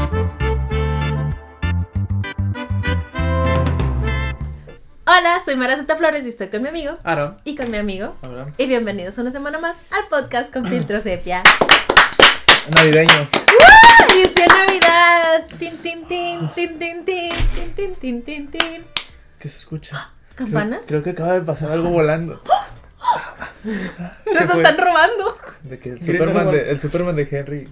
Hola, soy Mara Zeta Flores y estoy con mi amigo Aaron. y con mi amigo Abraham. Y bienvenidos una semana más al podcast con filtro sepia. Navideño. ¡Edición Navidad! ¡Tin, tin, tin, tin, tin, tin, tin, tin, tin, tin, tin! ¿Qué se escucha? ¿Campanas? Creo que acaba de pasar algo volando. ¡Nos están robando! De que el Miren, Superman de Henry.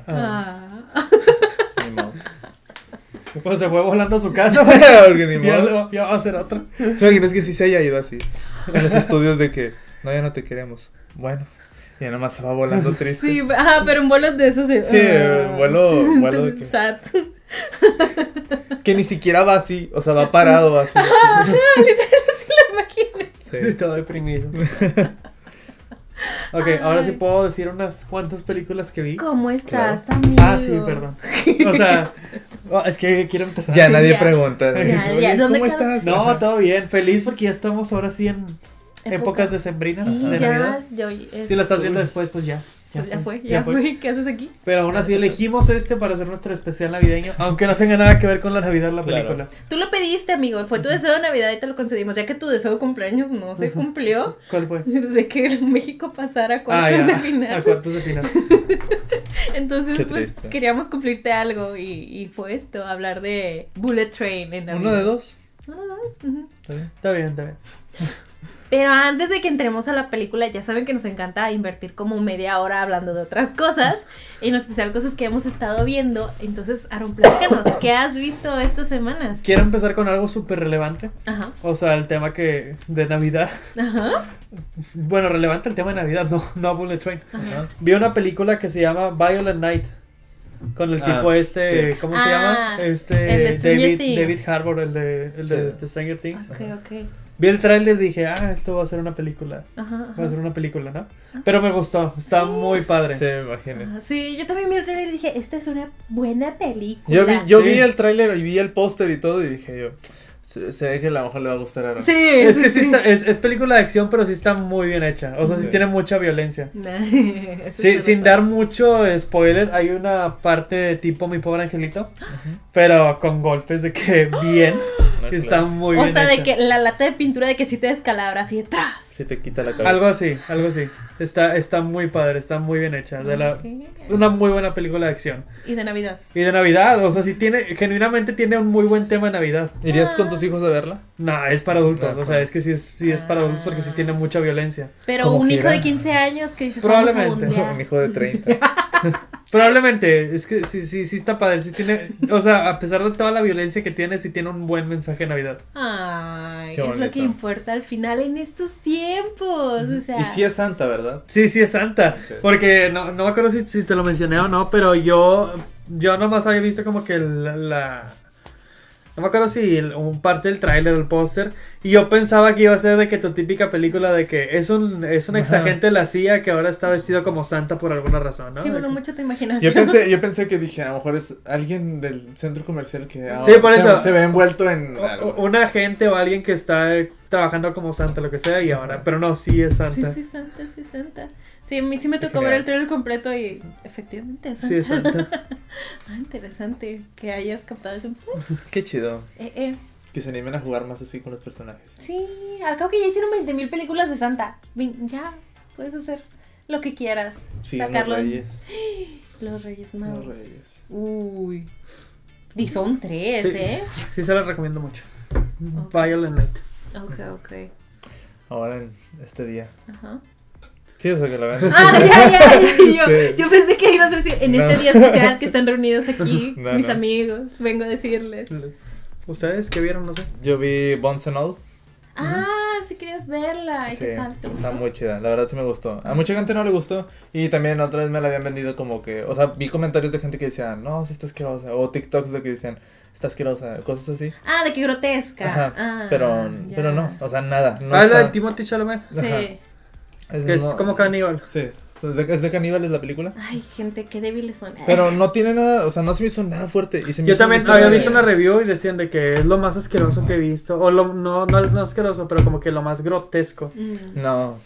Ni modo. Pues se fue volando a su casa. Porque ni Ya, modo. ya va a hacer otra. ¿Te imaginas que sí se haya ido así? En los estudios de que, no, ya no te queremos. Bueno, y ya nomás se va volando triste. Sí, pero un vuelo de esos de... Sí, vuelo de que... Sad. Que ni siquiera va así, o sea, va parado así. Literal, sí lo imaginé. Sí. Estaba deprimido. Ok, ahora sí puedo decir unas cuantas películas que vi. ¿Cómo estás, Claro. amigo? Ah, sí, perdón. O sea, es que quiero empezar. Ya nadie Ya. pregunta. Ya, Oye, ¿dónde ¿cómo queda? estás? No, Ajá. todo bien. Feliz porque ya estamos ahora sí en épocas decembrinas Sí, de ya, Navidad. Si lo estás viendo después, pues ya. Pues ya fue. ¿Qué haces aquí? Pero aún así Ya, elegimos para hacer nuestro especial navideño, aunque no tenga nada que ver con la Navidad la Claro. película. Tú lo pediste, amigo. Fue tu deseo de Navidad y te lo concedimos. Ya que tu deseo de cumpleaños no se cumplió. ¿Cuál fue? De que México pasara a cuartos de final. A cuartos de final. Entonces, Qué pues, triste. queríamos cumplirte algo y fue esto, hablar de Bullet Train en Navidad. ¿Uno de dos? Uno de dos. Ujú. ¿Está bien? Está bien, está bien. Pero antes de que entremos a la película, ya saben que nos encanta invertir como media hora hablando de otras cosas, en especial cosas que hemos estado viendo. Entonces, Aaron, platícanos, ¿qué has visto estas semanas? Quiero empezar con algo súper relevante. Ajá, O sea, el tema de Navidad. ajá, Bueno, relevante el tema de Navidad, no Bullet Train. ajá. Vi una película que se llama Violent Night. Con el tipo sí. ¿cómo se Ah, llama? el de Stranger Things. David Harbour, el de Sí. The Stranger Things. Ok, ok. Vi el tráiler y dije, esto va a ser una película. Ajá, Va a ser ajá. una película, ¿no? Pero me gustó, está muy padre. Sí, me imagino. Ah, sí, yo también vi el trailer y dije, esta es una buena película. Yo Sí. vi el tráiler y vi el póster y todo y dije yo, se ve que a lo mejor le va a gustar a Aaron. Sí, Es que sí está, es película de acción, pero sí está muy bien hecha. O sea, sí Sí. tiene mucha violencia. Eso Sí, está sin padre. dar mucho spoiler, hay una parte de tipo Mi Pobre Angelito, pero con golpes de que bien, No, que está claro. muy O bien sea, de hecha. que la lata de pintura de que sí te descalabra así detrás. Se te quita la cabeza. Algo así. Está muy padre, está muy bien hecha. Ok. Es una muy buena película de acción. Y de Navidad. Y de Navidad, o sea, genuinamente tiene un muy buen tema de Navidad. ¿Irías con tus hijos a verla? No, es para adultos, No, o sea, es que sí es para adultos porque sí tiene mucha violencia. Pero Como un hijo quiera. de 15 años que dice Probablemente. Un hijo de 30. Probablemente, es que sí está padre, sí tiene, o sea, a pesar de toda la violencia que tiene, sí tiene un buen mensaje de Navidad. Ay, Qué es lo bonito. que importa al final en estos tiempos. O sea, Y sí es santa, ¿verdad? Sí es santa, Ok. porque no me acuerdo si te lo mencioné o no, pero yo nomás había visto como que no me acuerdo si un parte del tráiler o el póster, y yo pensaba que iba a ser de que tu típica película de que es un Ajá. exagente de la CIA que ahora está vestido como santa por alguna razón, ¿no? sí, De bueno, que- mucho tu imaginación. Yo pensé que dije, a lo mejor es alguien del centro comercial que Sí, por eso. se ve envuelto en O- algo. un agente o alguien que está trabajando como santa, lo que sea, y ahora, pero no, sí es Sí, santa. sí, santa, sí, santa. Sí, a mí sí me tocó Genial. ver el trailer completo y efectivamente es santa. Sí es santa. Ah, interesante que hayas captado eso. Qué chido. Que Que se animen a jugar más así con los personajes. Sí, al cabo que ya hicieron 20,000 películas de Santa. Ya, puedes hacer lo que quieras. Sí, Sacarlo. los reyes. Los Reyes Magos. Los reyes. Uy. Y son 3, Sí, ¿eh? sí se la recomiendo mucho. Ok. Violent Night. Ok. Ahora en este día. Ajá. Sí, o sea que lo vean. Ah, ya. Sí. Yo pensé que ibas a decir en No. este día especial que están reunidos aquí, No, mis no. amigos. Vengo a decirles. ¿Ustedes qué vieron? No sé. Yo vi Bones and All. Ah, si querías verla. ¿Y Sí, qué tal? ¿Te está gustó? muy chida, la verdad sí me gustó. A mucha gente no le gustó y también otra vez me la habían vendido como que, o sea, vi comentarios de gente que decía, no, sí está asquerosa, o TikToks de que decían, está asquerosa, cosas así. Ah, de que grotesca. Ajá, Ah, pero ya. no, o sea, nada. No Ah, la está- de Timothy Chalamet. Sí. Ajá. Que es no- como caníbal. Sí, es de caníbales la película. Ay, gente, qué débiles son. Pero no tiene nada, o sea, no se me hizo nada fuerte. Y se me Yo hizo también una historia había de- visto una review y decían de que es lo más asqueroso que he visto. O no asqueroso, pero como que lo más grotesco. Mm. No.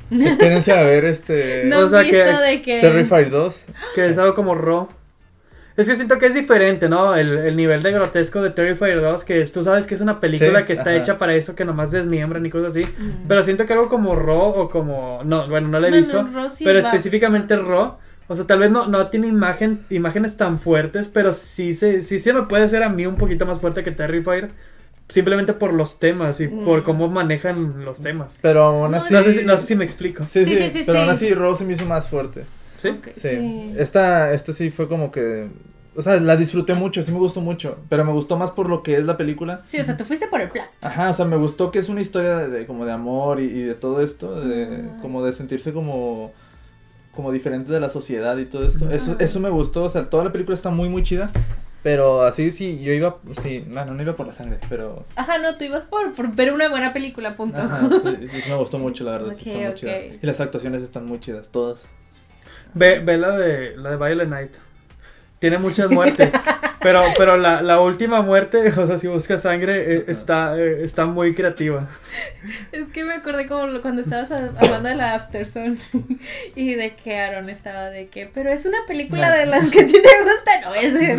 Espérense a ver No o sea he visto que de que... Terrifier 2. Que es algo como raw. Es que siento que es diferente, ¿no? El nivel de grotesco de Terrifier 2, que tú sabes que es una película Sí, que está ajá. hecha para eso, que nomás desmiembran y cosas así. Pero siento que algo como Raw o como... No, bueno, no lo he visto. Raw sí pero va específicamente más. Raw, o sea, tal vez no tiene imágenes tan fuertes, pero sí se me puede hacer a mí un poquito más fuerte que Terrifier. Simplemente por los temas y por cómo manejan los temas. Pero aún No, así... No sé si me explico. Sí, Sí, sí, sí, pero sí. aún así Rose se me hizo más fuerte. ¿Sí? Ok, Sí. sí. Esta sí fue como que... O sea, la disfruté mucho, sí me gustó mucho. Pero me gustó más por lo que es la película. Sí, o sea, tú fuiste por el plan. Ajá, o sea, me gustó que es una historia como de amor y de todo esto. Como de sentirse como diferente de la sociedad y todo esto. Eso me gustó, o sea, toda la película está muy, muy chida. Pero así sí, yo iba... Sí, no iba por la sangre, pero... Ajá, no, tú ibas por ver una buena película, punto. Ajá, sí, me gustó mucho, la verdad, sí está muy Ok, chida. ok. Y las actuaciones están muy chidas, todas. Ve la de Violent Night. Tiene muchas muertes. pero la última muerte, o sea, si buscas sangre, está muy creativa. Es que me acordé como cuando estabas hablando de la Aftersun y de que Aaron estaba de que, pero es una película No. de las que a ti te gusta, no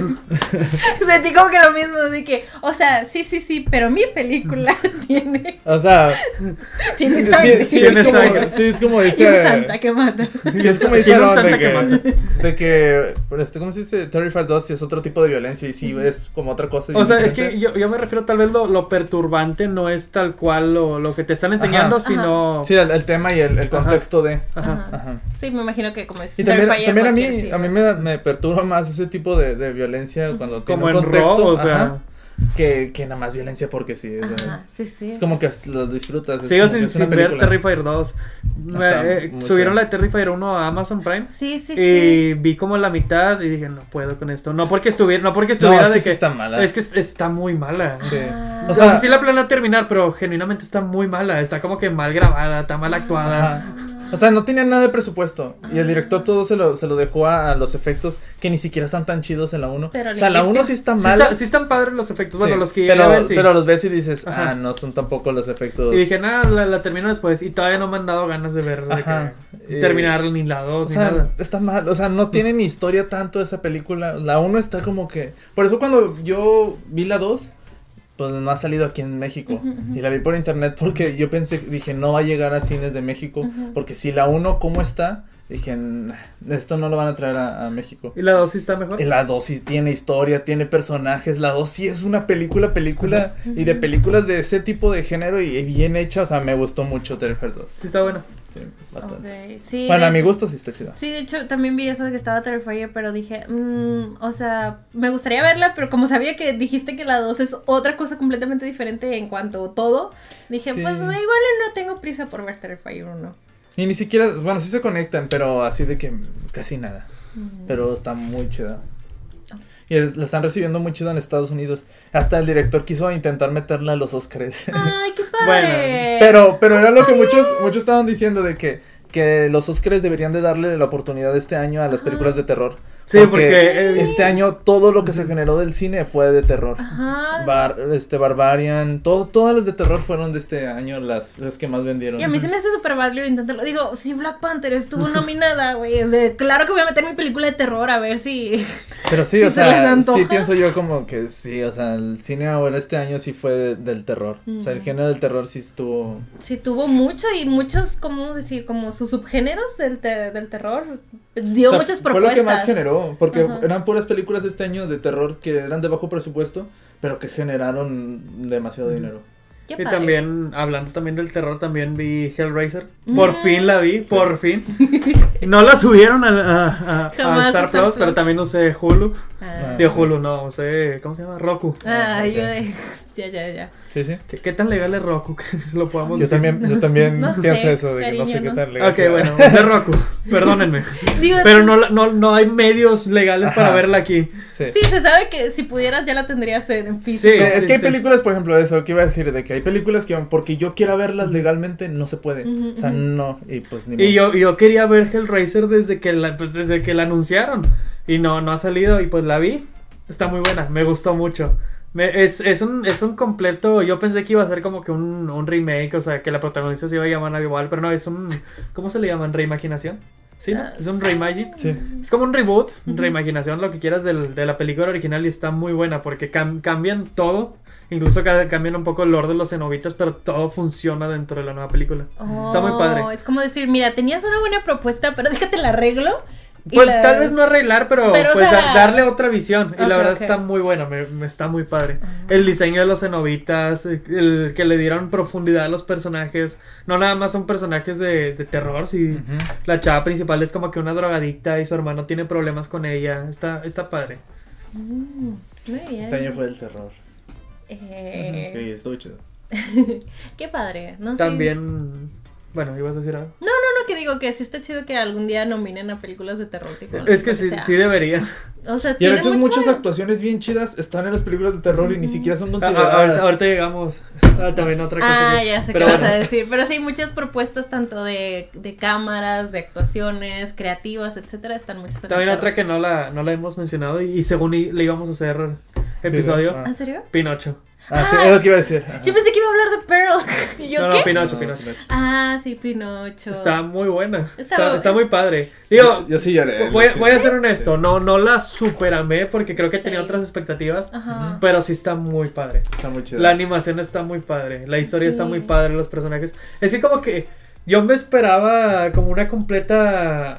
es. Sentí como que lo mismo, de que, o sea, sí, pero mi película tiene O sea, sangre. Tiene sangre. sí, es como Y dice... un Santa que mata. Sí, es como dice Tiene un Aaron, Santa que mata. de que, ¿cómo se dice? Terrifier 2 sí es otro tipo de violencia y sí es como otra cosa. O sea, es diferente. que yo me refiero tal vez lo perturbante no es tal cual lo que te están enseñando, Ajá. sino... Sí, el tema y el contexto de... Ajá. Ajá. Sí, me imagino que como es Y también Terrifier, a mí, cualquier, sí, a mí me perturba más ese tipo de violencia cuando tiene Como un en contexto. Raw, o sea... ajá, que nada más violencia porque sí. o sea, Ajá, sí. Es como que lo disfrutas. es Sigo como que sin, es una sin ver película. Terrifier 2. Está muy Subieron chida. la de Terrifier 1 a Amazon Prime. Sí. Y vi como la mitad y dije, no puedo con esto. No porque estuviera No, es de que sí está mala. Es que está muy mala. Sí. Ah. O sea, sí la planeo terminar, pero genuinamente está muy mala. Está como que mal grabada, está mal actuada. Ajá. O sea, no tenía nada de presupuesto. Y el director todo se lo dejó a los efectos que ni siquiera están tan chidos en la 1. Pero O sea, la 1 sí está Sí, mala. sí están padres los efectos. Bueno, Sí, los que llegué a ver, sí. pero los ves y dices, Ajá. no son tampoco los efectos. Y dije, nada, la termino después. Y todavía no me han dado ganas de verla. Ajá. Terminar ni la 2 O ni sea, nada. está mal, o sea, no tiene ni historia tanto esa película. La 1 está como que... Por eso cuando yo vi la 2, pues no ha salido aquí en México. Y la vi por internet porque yo dije, no va a llegar a cines de México. Porque si la 1, ¿cómo está? Dije, esto no lo van a traer a México. ¿Y la 2 sí está mejor? Y la 2 sí tiene historia, tiene personajes. La 2 sí es una película. Y de películas de ese tipo de género y bien hecha. O sea, me gustó mucho Terrifier 2. Sí está buena. Sí, bastante. Ok, sí, Bueno, de- a mi gusto sí está chida. Sí, de hecho, también vi eso de que estaba Terrifier, pero dije, o sea, me gustaría verla, pero como sabía que dijiste que la 2 es otra cosa completamente diferente en cuanto a todo, dije, Sí. pues igual no tengo prisa por ver Terrifier 1. Y ni siquiera, bueno, sí se conectan, pero así de que casi nada. Pero está muy chida. Y la están recibiendo muy chido en Estados Unidos. Hasta el director quiso intentar meterla a los Oscars. Ay, qué padre. Pero era lo que muchos estaban diciendo de que los Oscars deberían de darle la oportunidad este año a las películas de terror. Sí, porque este año todo lo que se generó del cine fue de terror. Ajá. Barbarian, todas las de terror fueron de este año las que más vendieron. Y a mí se me hace súper válido intentarlo. Digo, si Black Panther estuvo nominada, güey. Es de, claro que voy a meter mi película de terror a ver si. Pero sí, si o se les sea, antoja. sí pienso yo como que sí, o sea, el cine ahora este año sí fue del terror. O sea, el género del terror sí estuvo... Sí, tuvo mucho y muchos, ¿cómo decir? Como sus subgéneros del terror. Dio o sea, muchas fue propuestas. lo que más generó, porque Ajá. eran puras películas este año de terror que eran de bajo presupuesto, pero que generaron demasiado dinero. Qué Y padre. también, hablando también del terror, también vi Hellraiser. Por fin la vi, por fin. No la subieron a Jamás Star Star Plus, Plus. pero también usé Hulu. Ah, Digo Hulu, no, usé, ¿cómo se llama? Roku. Ah, ok. yo de. Ya. Sí, sí. ¿Qué tan legal es Roku? Que se lo podamos Yo decir. también No sé, pienso eso, de que no cariño, sé qué no tan sé. legal. Ok, sea. bueno, usé Roku. Perdónenme. Digo, Pero no hay medios legales para Ajá. verla aquí. Sí. sí, se sabe que si pudieras ya la tendrías en físico. Sí, Sí, es que hay sí. películas, por ejemplo, eso que iba a decir, de que hay películas que porque yo quiera verlas legalmente no se puede. Ujú, O sea, ujú. no, y pues ni Y modo. yo quería ver Hellraiser desde que la anunciaron. Y no ha salido y pues la vi. Está muy buena, me gustó mucho. Es un completo. Yo pensé que iba a ser como que un remake, o sea, que la protagonista se iba a llamar igual, pero no, es un. ¿Cómo se le llaman? ¿Reimaginación? Sí, ¿no? Es un reimagine. Sí. Es como un reboot, reimaginación, lo que quieras de la película original y está muy buena porque cambian todo. Incluso cambian un poco el lore de los cenobitas, pero todo funciona dentro de la nueva película. Está muy padre. Es como decir, mira, tenías una buena propuesta, pero déjate la arreglo. Pues tal vez no arreglar, pero pues o sea, darle otra visión. Y la verdad ok. está muy buena, me está muy padre. El diseño de los cenobitas, el que le dieron profundidad a los personajes. No nada más son personajes de terror, sí. La chava principal es como que una drogadicta y su hermano tiene problemas con ella. Está padre. Muy bien. Este año fue el terror. Sí, estuvo chido. Qué padre, ¿no? También, bueno, ibas a decir algo. No, que digo que sí está chido que algún día nominen a películas de terror. Tipo, Es que sí deberían. O sea, Y a tiene veces mucho... muchas actuaciones bien chidas están en las películas de terror y ni siquiera son consideradas. Ahorita llegamos también a otra cosa. ya sé qué pero vas bueno. a decir. Pero sí, muchas propuestas tanto de cámaras, de actuaciones, creativas, etcétera, están muchas en También el otra terror. que no la hemos mencionado y según le íbamos a hacer episodio, ¿En serio? Pinocho. Sí, es lo que iba a decir. Ajá. Yo pensé que iba a hablar de Pearl. ¿Y yo No, qué? Pinocho. Ah, sí, Pinocho. Está muy buena. Está Está muy padre. Digo, Yo sí lloré. voy a ser honesto, no la super amé porque creo que tenía Sí. otras expectativas, Ajá. pero sí está muy padre. Está muy chido. La animación está muy padre, la historia está Sí. muy padre, los personajes. Es que como que yo me esperaba como una completa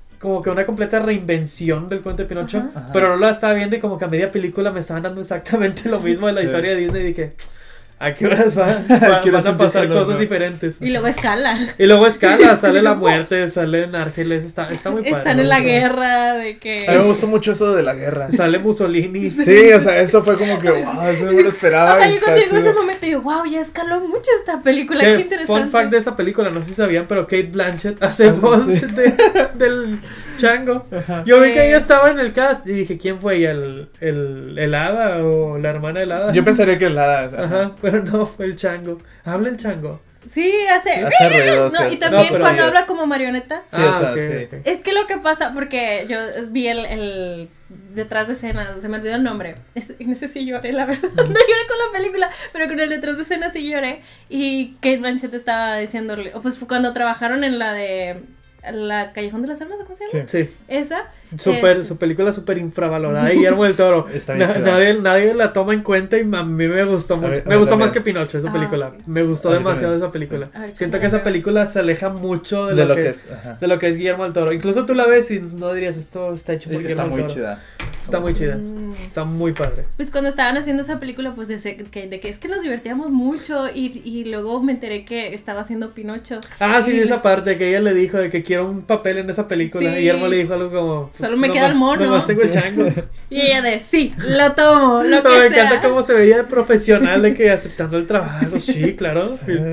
reinvención del cuento de Pinocho, Ajá. pero no la estaba viendo y como que a media película me estaban dando exactamente lo mismo de la Sí. historia de Disney y dije, ¿a qué horas van Quiero a pasar sentirlo, cosas ¿no? diferentes? Y luego escala. Y luego escala, sale la muerte, salen ángeles, está muy padre. Están en la guerra de que... A mí me gustó mucho eso de la guerra. Sale Mussolini. Sí, o sea, eso fue como que, wow, eso no me lo esperaba. Ajá, y yo está cuando llegó chido. ese momento, yo, wow, ya escaló mucho esta película, qué Que interesante. fun fact de esa película, no sé si sabían, pero Kate Blanchett hace voz sí. del chango. Ajá. Yo vi que ella estaba en el cast y dije, ¿quién fue ella? ¿El hada o la hermana del hada? Yo pensaría que la. Ajá, pero no, fue el chango. Habla el chango. Sí, hace ruido, no, sí. y también No, pero cuando sí habla es. como marioneta. Sí, o sea, ok, sí. ok. Es que lo que pasa, porque yo vi el detrás de escena, se me olvidó el nombre. En ese sí lloré, la verdad. No lloré con la película, pero con el detrás de escena sí lloré. Y Kate Blanchett estaba diciéndole, pues fue cuando trabajaron en la de La Callejón de las Almas, ¿o ¿cómo se llama? Sí. Sí, Esa. su película súper infravalorada de Guillermo del Toro. Está bien chida. Nadie la toma en cuenta y a mí me gustó mucho. mí Me gustó más también. que Pinocho esa Ah, película. ok. Me gustó A mí demasiado también, esa película. sí. Ay, Siento sí, que esa la veo. película se aleja mucho De lo que es. Ajá. de lo que es Guillermo del Toro. Incluso tú la ves y no dirías esto está hecho por Está Guillermo muy del Toro. chida. Está muy chida. Está muy padre. Pues cuando estaban haciendo esa película, pues de que es que nos divertíamos mucho y luego me enteré que estaba haciendo Pinocho. Ah, sí, Y- vi esa parte que ella le dijo de que quiero un papel en esa película. Sí. Y Guillermo le dijo algo como... pues, Solo me queda el mono. Nomás tengo el chango. Y ella de, sí, lo tomo, lo que Pero me sea. encanta cómo se veía de profesional de que aceptando el trabajo. Sí, claro.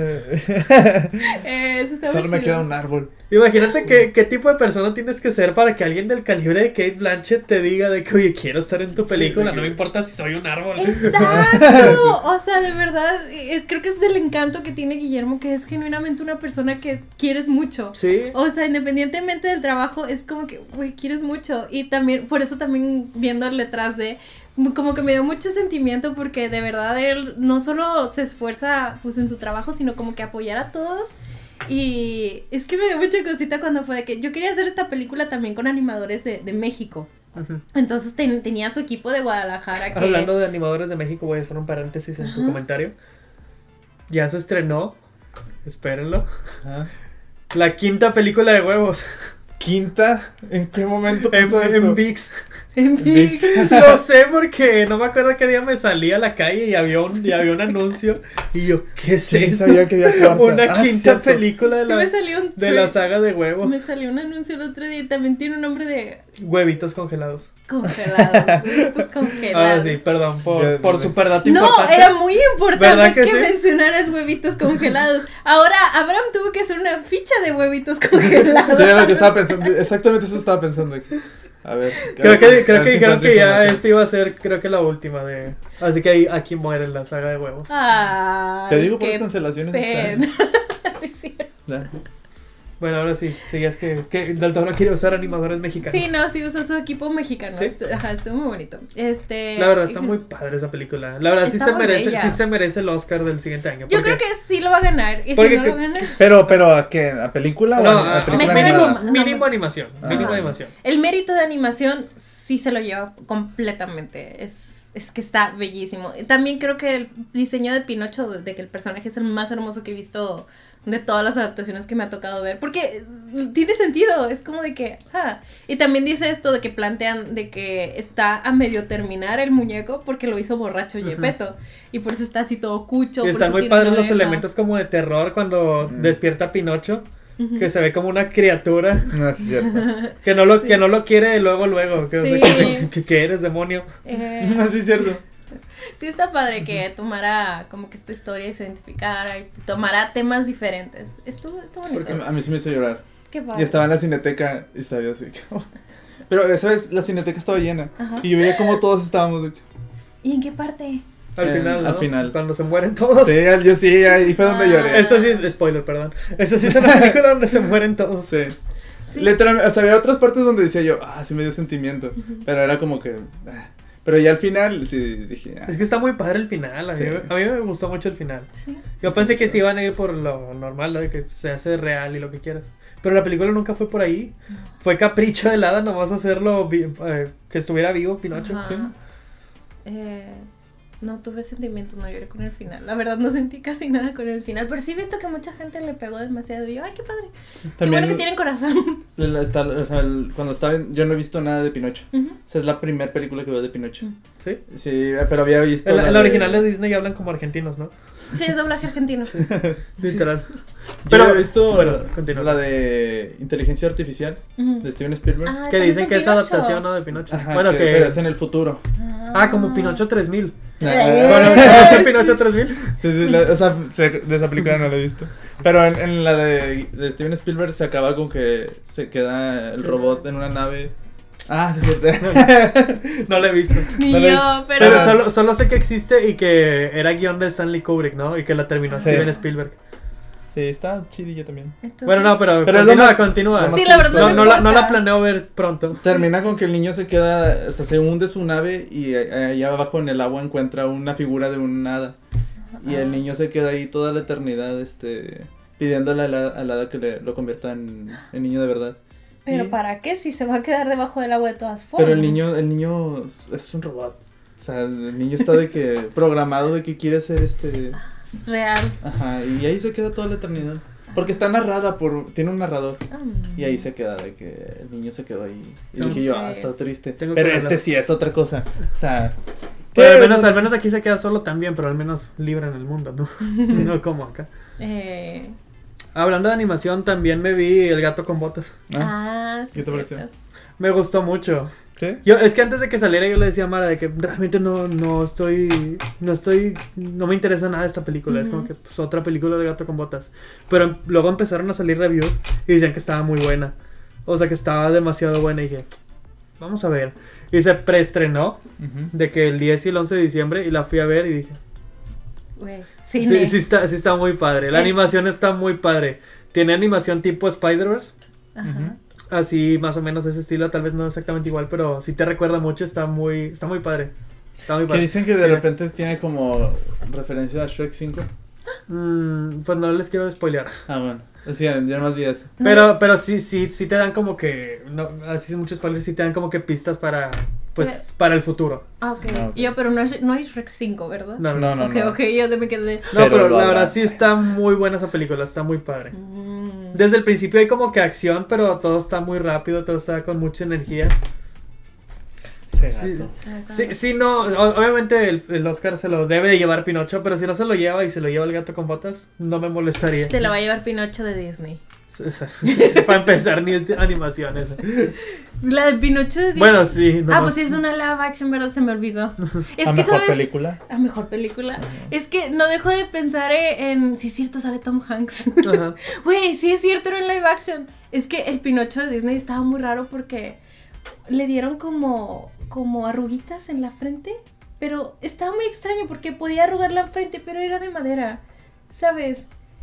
Eso estaba Solo me chido. queda un árbol. Imagínate qué tipo de persona tienes que ser para que alguien del calibre de Kate Blanchett te diga de que, oye, quiero estar en tu película, de no me que- importa si soy un árbol. Exacto, o sea, de verdad, creo que es del encanto que tiene Guillermo, que es genuinamente una persona que quieres mucho. Sí. O sea, independientemente del trabajo, es como que, güey, quieres mucho. Y también, por eso también viendo el detrás de, como que me dio mucho sentimiento porque de verdad él no solo se esfuerza pues en su trabajo, sino como que apoyar a todos. Y es que me dio mucha cosita cuando fue de que yo quería hacer esta película también con animadores de México. Ujú. Entonces tenía su equipo de Guadalajara que... Hablando de animadores de México, voy a hacer un paréntesis en tu comentario. Ya se estrenó, espérenlo, Ajá. la quinta película de huevos ¿Quinta? ¿En qué momento pasó eso? en VIX. En VIX. Lo sé porque no me acuerdo qué día me salí a la calle y había un anuncio y yo, ¿qué es Sí, eso? sabía que había cuarta. Una Ah, sí, quinta cierto. película de Sí la, me salió un de la saga de huevos. Me salió un anuncio el otro día y también tiene un nombre de Huevitos congelados. congelados. Huevitos Ah, congelados. sí, perdón, Ya, por ya. super dato No, importante. era muy importante ¿Verdad que, que sí? mencionaras huevitos congelados. Ahora, Abraham tuvo que hacer una ficha de huevitos congelados. Sí, era lo que estaba pensando. Exactamente eso estaba pensando. A ver. Creo que a ver si dijeron encuentro que ya información. esta iba a ser, creo que la última de... Así que aquí muere la saga de huevos. Ay, Te digo por qué las cancelaciones. pena. Sí, sí. Ya. Bueno, ahora sí, es que Del Toro quiere usar animadores mexicanos. Sí, no, sí usó su equipo mexicano. ¿Sí? Estuvo muy bonito. La verdad está muy padre esa película. La verdad Está muy bella. sí se merece el Oscar del siguiente año. Yo creo que sí lo va a ganar. Y si porque no lo gana. Pero ¿a qué? ¿A película No, o a película mejor animada? anima- mínimo animación. Ajá. Mínimo animación. El mérito de animación sí se lo lleva completamente. Es que está bellísimo. También creo que el diseño de Pinocho, de que el personaje es el más hermoso que he visto de todas las adaptaciones que me ha tocado ver. Porque tiene sentido. Es como de que. Y también dice esto de que plantean de que está a medio terminar el muñeco porque lo hizo borracho Gepetto. Y por eso está así todo cucho. Y por están eso muy tiene padres una los oreja. elementos como de terror cuando despierta Pinocho. Ujú. Que se ve como una criatura No, sí es cierto. que no lo quiere luego. Que, o sea, Sí. que eres demonio. No, sí es cierto. Sí está padre que tomara como que esta historia y se identificara y tomara temas diferentes. Estuvo bonito. Porque a mí sí me hizo llorar. Qué padre. Y estaba en la cineteca y estaba yo así. Pero esa vez la cineteca estaba llena. Ajá. Y yo veía como todos estábamos. De... ¿Y en qué parte? Al final, ¿no? al final. Cuando se mueren todos. Sí, yo sí, ahí fue donde lloré. Esto sí es spoiler, perdón. Esto sí es una película donde se mueren todos. Sí. Sí. Literalmente, o sea, había otras partes donde decía yo, sí me dio sentimiento. Pero era como que. Pero ya al final, sí, dije. Es que está muy padre el final. A mí, Sí. a mí me gustó mucho el final. Sí. Yo pensé que sí iban a ir por lo normal, ¿no? De que se hace real y lo que quieras. Pero la película nunca fue por ahí. Fue capricho de Hada nomás hacerlo que estuviera vivo Pinocho. Ajá. Sí. No tuve sentimientos, no lloré con el final. La verdad no sentí casi nada con el final. Pero sí he visto que mucha gente le pegó demasiado. Y yo, ay, qué padre. Qué bueno que tienen corazón. Cuando estaba yo no he visto nada de Pinocho. Ujú. O sea, es la primera película que veo de Pinocho. Sí. Sí, pero había visto. En la de- original de Disney hablan como argentinos, ¿no? Sí, es doblaje argentino. Literal. Pero Pero- he visto bueno, continúa. la de Inteligencia Artificial Ujú. de Steven Spielberg. Ah, Que también dicen son que es Pinocho. adaptación, ¿no? De Pinocho. Ajá, Bueno, pero es en el futuro. Como Pinocho 3000. Eh. ¿Conoces a Pinocho 3000? Sí, o sea, de esa película no la he visto. Pero en la de Steven Spielberg se acaba con que se queda el robot en una nave. Sí, es cierto. No lo he visto. Ni No lo yo, Pero pero. solo sé que existe y que era guión de Stanley Kubrick, ¿no? Y que la terminó Sí. Steven Spielberg. Sí, está chidilla también. Entonces- Bueno, no, pero es lo continúa, más- continúa. lo más Sí, la verdad No, no no, me no la importa. planeo ver pronto. Termina con que el niño se queda, o sea, se hunde su nave y allá abajo en el agua encuentra una figura de un hada. Y el niño se queda ahí toda la eternidad, pidiéndole al hada que lo convierta en niño de verdad. Pero Y- ¿para qué? Si se va a quedar debajo del agua de todas formas. Pero el niño es un robot. O sea, el niño está de que programado de que quiere ser Es real. Ajá, y ahí se queda toda la eternidad. Porque está narrada tiene un narrador. Y ahí se queda de que el niño se quedó ahí. Y dije yo, está triste. Tengo que Pero verla. sí es otra cosa. O sea, Bueno, al menos aquí se queda solo también, pero al menos libre en el mundo, ¿no? Si no, como acá. Hablando de animación, también me vi El gato con botas. Sí, ¿Qué te pareció? cierto. Me gustó mucho. ¿Sí? Es que antes de que saliera yo le decía a Mara de que realmente no me interesa nada esta película, es como que pues otra película de gato con botas. Pero luego empezaron a salir reviews y decían que estaba muy buena. O sea que estaba demasiado buena y dije, vamos a ver. Y se preestrenó de que el 10 y el 11 de diciembre y la fui a ver y dije, Güey, sí cine. está muy padre. La animación está muy padre. Tiene animación tipo Spider-Verse. Ajá. Así más o menos ese estilo, tal vez no exactamente igual, pero sí te recuerda mucho, está muy padre. Está muy Que padre. dicen que de repente tiene como referencia a Shrek 5. Pues no les quiero spoilear. Bueno. O sea, ya más vi eso. Pero sí te dan como que, no, así es muchos spoilers, sí te dan como que pistas para, pues, para el futuro. Ok. Ok. Yo, pero no hay Shrek 5, ¿verdad? No, No. Ok, yo me quedé. No, pero lo la habrá. verdad sí está muy buena esa película, está muy padre. Desde el principio hay como que acción, pero todo está muy rápido, todo está con mucha energía. Ese Sí. gato. Sí, no, obviamente el Oscar se lo debe de llevar Pinocho, pero si no se lo lleva y se lo lleva el gato con botas, no me molestaría. Se lo va a llevar Pinocho de Disney. Para empezar, ni es de animación esa. La de Pinocho de Disney. Bueno, sí. Pues sí, es una live action, ¿verdad? Se me olvidó. Es ¿A que, mejor ¿sabes? película? A mejor película. Es que no dejo de pensar en. Sí, es cierto, sale Tom Hanks. Ajá. Güey, sí es cierto, era en live action. Es que el Pinocho de Disney estaba muy raro porque le dieron como arruguitas en la frente. Pero estaba muy extraño porque podía arrugar la frente, pero era de madera. ¿Sabes?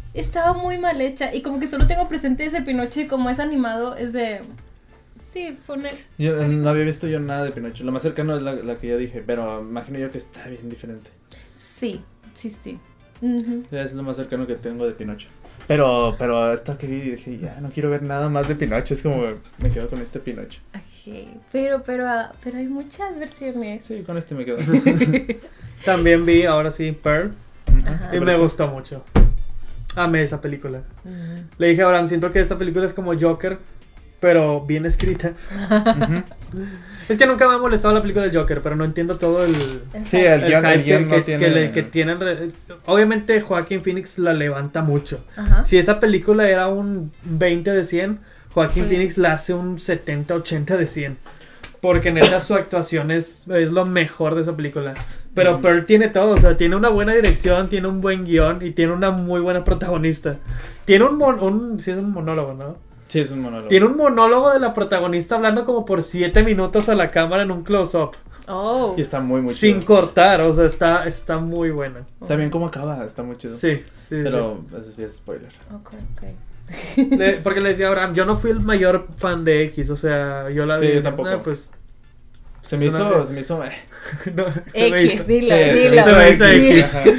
estaba muy mal hecha. Y como que solo tengo presente ese Pinocho y como es animado, es de... Sí, fue una... Yo no había visto yo nada de Pinocho. Lo más cercano es la que ya dije, pero imagino yo que está bien diferente. Sí. Ya es lo más cercano que tengo de Pinocho. Pero hasta que vi dije, ya no quiero ver nada más de Pinocho. Es como, me quedo con este Pinocho. Okay. Pero hay muchas versiones. Sí, con este me quedo. También vi, ahora sí, Pearl. Ajá. Y me gustó mucho. Amé esa película. Le dije a Abraham, siento que esta película es como Joker, pero bien escrita. Es que nunca me ha molestado la película de Joker, pero no entiendo todo el Sí, el hype guión no tiene... que tienen. Obviamente Joaquin Phoenix la levanta mucho. Ajá. Si esa película era un 20 de 100, Joaquin Sí. Phoenix la hace un 70, 80 de 100. Porque neta su actuación es lo mejor de esa película. Pero Pearl tiene todo, o sea, tiene una buena dirección, tiene un buen guión y tiene una muy buena protagonista. Tiene sí es un monólogo, ¿no? Sí, es un monólogo. Tiene un monólogo de la protagonista hablando como por 7 minutos a la cámara en un close-up. Oh. Y está muy Sin chido. cortar, o sea, está muy buena. También cómo acaba, está muy chido. Sí, Pero ese sí es spoiler. Ok. Porque le decía a Abraham, yo no fui el mayor fan de X, o sea, yo la Sí, vi. yo tampoco. Pues, Se me hizo... no, se me X, hizo. dilo. Se me hizo X. Ajá.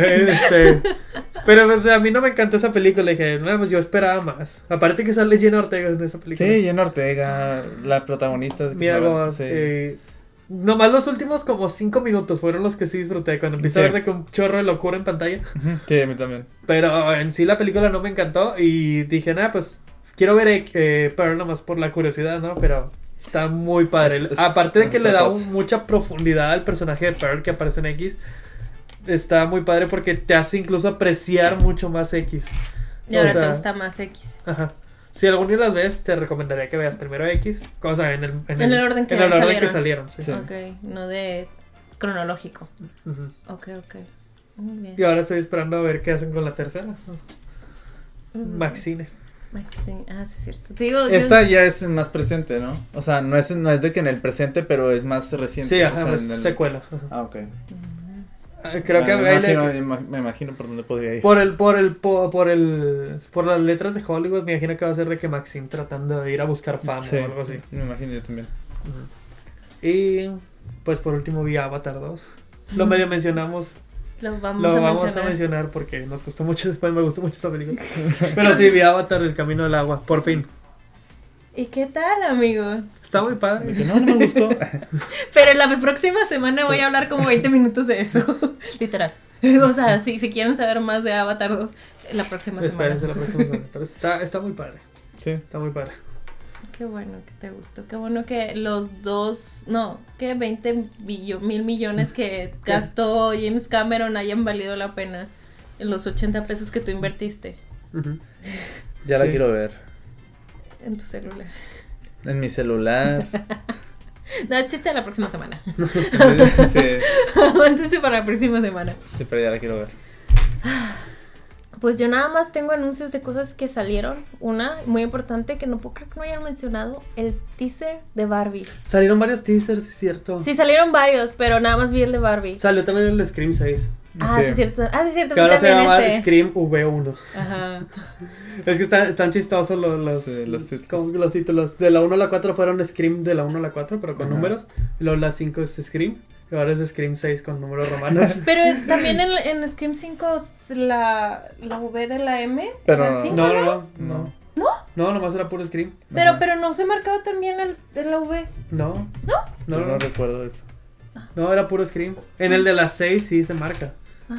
Pero pues, a mí no me encantó esa película. Dije, no, pues yo esperaba más. Aparte que sale Jenna Ortega en esa película. Sí, Jenna Ortega, la protagonista. Mira, Goth, nomás los últimos como 5 minutos fueron los que sí disfruté. Cuando empecé a ver de que un chorro de locura en pantalla. Ujú, sí, a mí también. Pero en sí la película no me encantó. Y dije, nada, pues quiero ver Pearl nomás por la curiosidad, ¿no? Pero está muy padre. Aparte de que le da mucha profundidad al personaje de Pearl que aparece en X. Está muy padre porque te hace incluso apreciar mucho más X. Y ahora O sea, te gusta más X. Ajá. Si algún día las ves, te recomendaría que veas primero X. O sea, en el orden que en el orden salieron. que salieron. Sí. Sí. Ok, no de cronológico. Ujú. Ok. Muy bien. Y ahora estoy esperando a ver qué hacen con la tercera. Maxine. Maxine. Ah, sí, es cierto. Te digo, Esta ya es más presente, ¿no? O sea, no es de que en el presente, pero es más reciente. Sí, o ajá, sea, es en el- secuela. Ajá. Ah, ok. Creo que me imagino por dónde podría ir. por las letras de Hollywood me imagino que va a ser de que Maxine tratando de ir a buscar fama Sí, o algo así. me imagino yo también. Y pues por último vi Avatar 2. Lo medio mencionamos. lo vamos Lo a vamos mencionar. a mencionar porque nos gustó mucho, después me gustó mucho esa película. Pero sí, vi Avatar, El Camino del Agua, por fin. ¿Y qué tal, amigo? Está muy Me padre. dije, no me gustó. Pero la próxima semana voy a hablar como 20 minutos de eso. Literal. O sea, si quieren saber más de Avatar 2, la próxima Espérense la semana. próxima semana. Pero está muy padre. Sí. Está muy padre. Qué bueno que te gustó. Qué bueno que los dos, no, que 20 mil millones que gastó James Cameron hayan valido la pena en los 80 pesos que tú invertiste Ujú. Ya la Sí. quiero ver. en tu celular. En mi celular. No, es chiste de la próxima semana. sí, Aguántese para la próxima semana. sí, pero ya la quiero ver. Pues yo nada más tengo anuncios de cosas que salieron. Una muy importante que no puedo creer que no hayan mencionado, el teaser de Barbie. Salieron varios teasers, es cierto. Sí, salieron varios, pero nada más vi el de Barbie. Salió también el de Scream 6. Ah, sí, es cierto. Ah, sí, es cierto. Que vi ahora se también llama ese. Scream V1. Ajá. Es que están chistosos los títulos. como los títulos. De la 1 a la 4 fueron Scream de la 1 a la 4, pero con Ajá. números. Y luego la 5 es Scream. Y ahora es Scream 6 con números romanos. Pero también en Scream 5 la V de la M. Pero era 5, No. No, nomás era puro Scream. Pero no se marcaba también la V. No. Yo No, no recuerdo eso. no, era puro Scream. En el de la 6 sí se marca.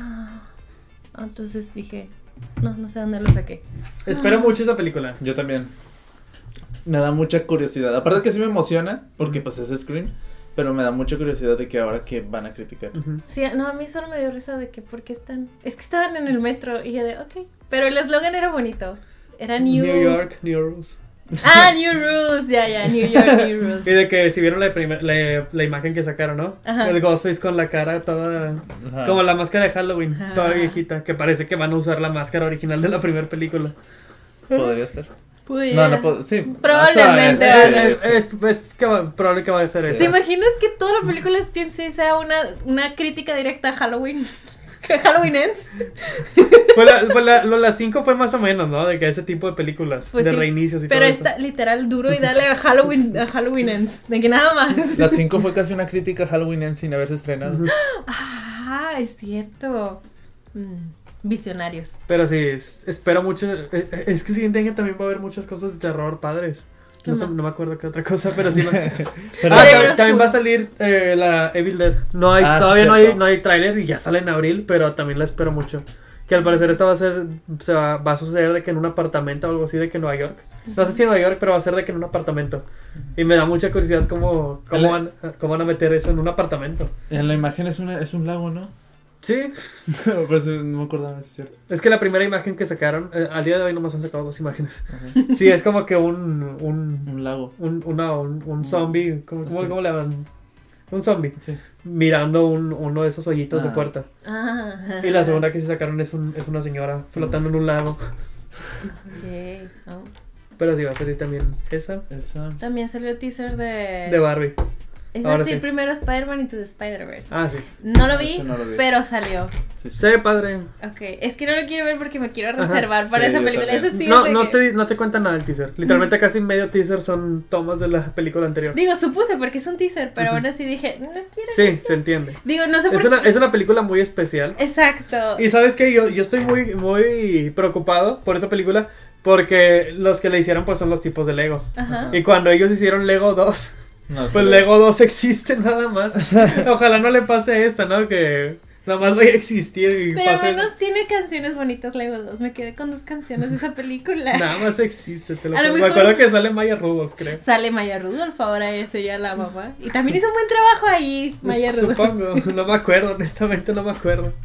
Entonces dije, no sé dónde lo saqué. Espero mucho esa película. Yo también. Me da mucha curiosidad. Aparte que sí me emociona, porque pues es Scream, pero me da mucha curiosidad de que ahora que van a criticar. Ujú. Sí, no, a mí solo me dio risa de que por qué están. Es que estaban en el metro y yo de, ok. Pero el eslogan era bonito. Era New York, New Rules. Ah, New Rules, ya, New York, New Rules. Y de que si vieron la imagen que sacaron, ¿no? Ajá. El Ghostface con la cara toda... Ajá. Como la máscara de Halloween, Ajá. toda viejita. Que parece que van a usar la máscara original de la primera película. Podría ser. Pudiera. No, puedo. Sí. Probablemente, Hasta Ana. Es probable que va a ser Sí. eso. ¿Te imaginas que toda la película de Scream 6 sea una crítica directa a Halloween? Halloween Ends. Pues la 5 fue más o menos, ¿no? De que ese tipo de películas, Pues de sí, reinicios y pero todo está literal duro y dale a Halloween Ends. De que nada más. La 5 fue casi una crítica a Halloween Ends sin haberse estrenado. Ah, es cierto. Visionarios. Pero sí, espero mucho. Es que el siguiente año también va a haber muchas cosas de terror padres. ¿Qué No, más? no me acuerdo qué otra cosa, pero sí. Pero- También va a salir la Evil Dead. No hay, Ah, sí, todavía cierto. no hay tráiler y ya sale en abril, pero también la espero mucho. Que al parecer esta va a suceder de que en un apartamento o algo así de que en Nueva York. No sé si en Nueva York, pero va a ser de que en un apartamento. Y me da mucha curiosidad cómo van a meter eso en un apartamento. En la imagen es un lago, ¿no? Sí, Pues no me acordaba, es cierto. es que la primera imagen que sacaron, al día de hoy nomás han sacado 2 imágenes. Ajá. Sí, es como que un Un lago. zombie, ¿cómo Sí. le llaman? Un zombie, Sí. mirando uno de esos hoyitos de Ah. puerta. Ah. Y la segunda que se sacaron es una señora flotando en un lago. Ok, oh. Pero sí va a salir también esa Esa. También salió el teaser de Barbie. Es ahora decir, sí. primero Spider-Man Into the Spider-Verse. Ah, sí. No lo vi, Eso no lo vi. pero salió. Sí, sí. Se ve padre. Ok, es que no lo quiero ver porque me quiero Ajá. reservar para Sí, esa yo película. también. Eso sí No, es de que- no te cuenta nada el teaser. Literalmente casi medio teaser son tomas de la película anterior. Digo, supuse porque es un teaser, pero aún así dije, no quiero. Sí, se entiende. Digo, no sé por Es una película muy especial. Exacto. Y sabes que yo estoy muy preocupado por esa película porque los que la hicieron pues son los tipos de Lego. Ajá. Y cuando ellos hicieron Lego 2, No, pues sí. Lego 2 existe nada más. Ojalá no le pase esto, ¿no? Que nada más vaya a existir y Pero al pase. menos tiene canciones bonitas Lego 2. Me quedé con 2 canciones de esa película. Nada más existe, te lo A lo juro. Me mejor- acuerdo que sale Maya Rudolph, creo. Sale Maya Rudolph, ahora es ella la mamá. Y también hizo un buen trabajo ahí, Maya Rudolph. Supongo, no me acuerdo, honestamente no me acuerdo.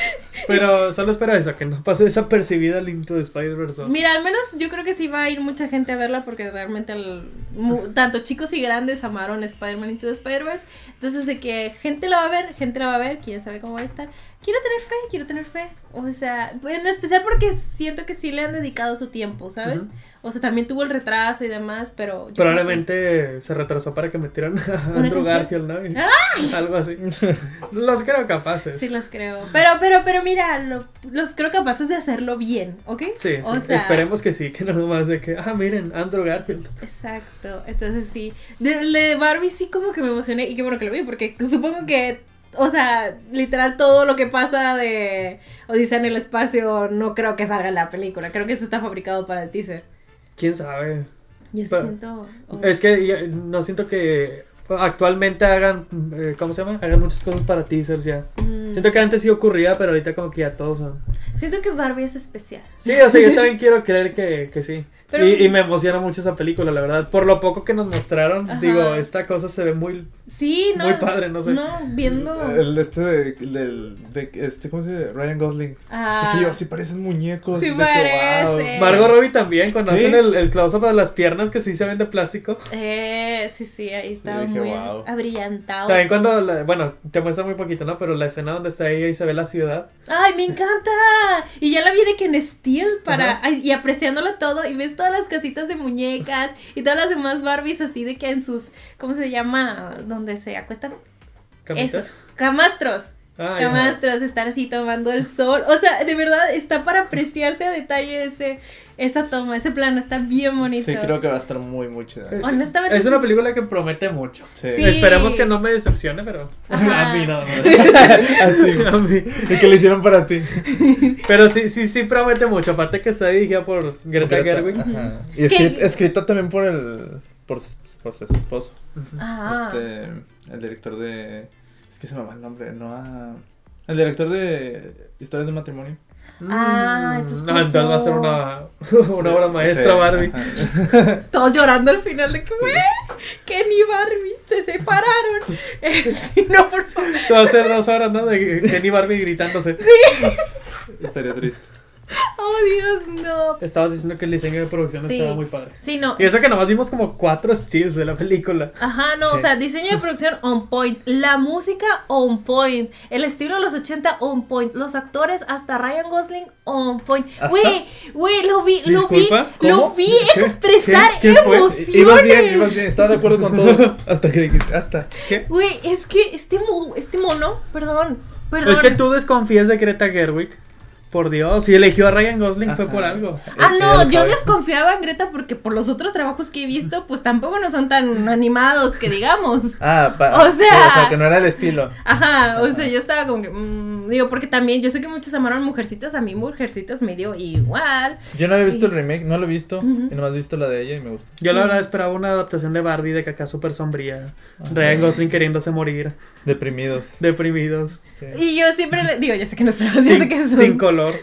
Pero solo espero eso, que no pase desapercibida el Into the Spider-Verse 2. Mira, al menos yo creo que sí va a ir mucha gente a verla porque realmente tanto chicos y grandes amaron Spider-Man Into the Spider-Verse. Entonces de que gente la va a ver, quién sabe cómo va a estar. Quiero tener fe. O sea, en especial porque siento que sí le han dedicado su tiempo, ¿sabes? Ujú. O sea, también tuvo el retraso y demás, pero yo creo Probablemente se retrasó para que metieran a ¿Una Andrew canción? Garfield, ¿no? Y algo así. Los creo que capaces. sí los creo. Pero mira, los creo capaces de hacerlo bien, ¿ok? Sí, O sí, sea, esperemos que sí, que no nomás de que, miren, Andrew Garfield. Exacto, entonces sí. De Barbie sí como que me emocioné y qué bueno que lo vi porque supongo que, o sea, literal todo lo que pasa de Odisea en el espacio no creo que salga en la película, creo que eso está fabricado para el teaser. ¿Quién sabe? Yo sí Pero- siento... Es que no siento que actualmente hagan, ¿cómo se llama? Hagan muchas cosas para teasers ya. Siento que antes sí ocurría, pero ahorita como que ya todos son. Siento que Barbie es especial. Sí, o sea, yo también quiero creer que sí. Pero- Y me emociona mucho esa película, la verdad. Por lo poco que nos mostraron, Ajá. digo, esta cosa se ve muy... Sí, no. Muy padre, no sé. No, viendo... El de ¿cómo se dice? Ryan Gosling. Ah, Dije yo, sí parecen muñecos. Sí de que, parece. Margot Robbie también, cuando ¿Sí? hacen el close-up de las piernas que sí se ven de plástico. sí, ahí estaba dije, muy wow. abrillantado. También cuando, bueno, te muestra muy poquito, ¿no? Pero la escena donde está ella y se ve la ciudad. ¡Ay, me encanta! Y ya la vi de que en Steel para... Ajá. ay, y apreciándola todo y ves todas las casitas de muñecas y todas las demás Barbies así de que en sus... ¿Cómo se llama? Donde se acuestan. ¿Camitas? Eso. Camastros. Ah, ya. Camastros, estar así tomando el sol. O sea, de verdad está para apreciarse a detalle esa toma, ese plano, está bien bonito. Sí, creo que va a estar muy, muy chida. Honestamente, Es una sí. película que promete mucho. Sí. Sí. Esperemos que no me decepcione, pero... Ajá. A mí no. A ti. ¿Y qué le hicieron para ti? Pero sí promete mucho. Aparte que está dirigida por Greta Gerwig. Ajá. Y ¿Qué? escrita también por su esposo. Ah. El director de... Es que se me va el nombre, el director de Historias de Matrimonio. Ah, Mm, eso es no, entonces va a ser una obra maestra, Sí, Barbie. ajá. Todos llorando al final de que, güey, Ken y Barbie se separaron. No, por favor. Va a ser 2 horas, ¿no? De Ken y Barbie gritándose. Estaría triste. Oh, Dios, no. Estabas diciendo que el diseño de producción Sí. estaba muy padre. Sí, no. Y eso que nomás vimos como 4 steals de la película. Ajá, no, o Sí. sea, diseño de producción on point, la música on point, el estilo de los 80 on point, los actores hasta Ryan Gosling on point. ¿Hasta? Güey, lo vi Disculpa, lo ¿cómo? vi expresar ¿Qué fue? emociones. Ibas bien, estaba de acuerdo con todo. Hasta que dijiste, hasta. ¿Qué? Güey, es que este mono, perdón, Perdón. Es que tú desconfías de Greta Gerwig. Por Dios, si eligió a Ryan Gosling fue por algo. Ah, no, Ella lo yo sabe. desconfiaba en Greta porque por los otros trabajos que he visto, pues tampoco no son tan animados que digamos. O O sea- sea, que no era el estilo. Ajá, o sea, yo estaba como que, digo, porque también, yo sé que muchos amaron Mujercitas, a mí Mujercitas me dio igual. Yo no había visto el remake, no lo he visto. Ujú. Y nomás he visto la de ella y me gusta. Yo la verdad esperaba una adaptación de Barbie de caca súper sombría. Ryan Gosling queriéndose morir. Deprimidos. Deprimidos. Sí. Y yo siempre le digo, ya sé que no esperaba, ya sé que Sin color.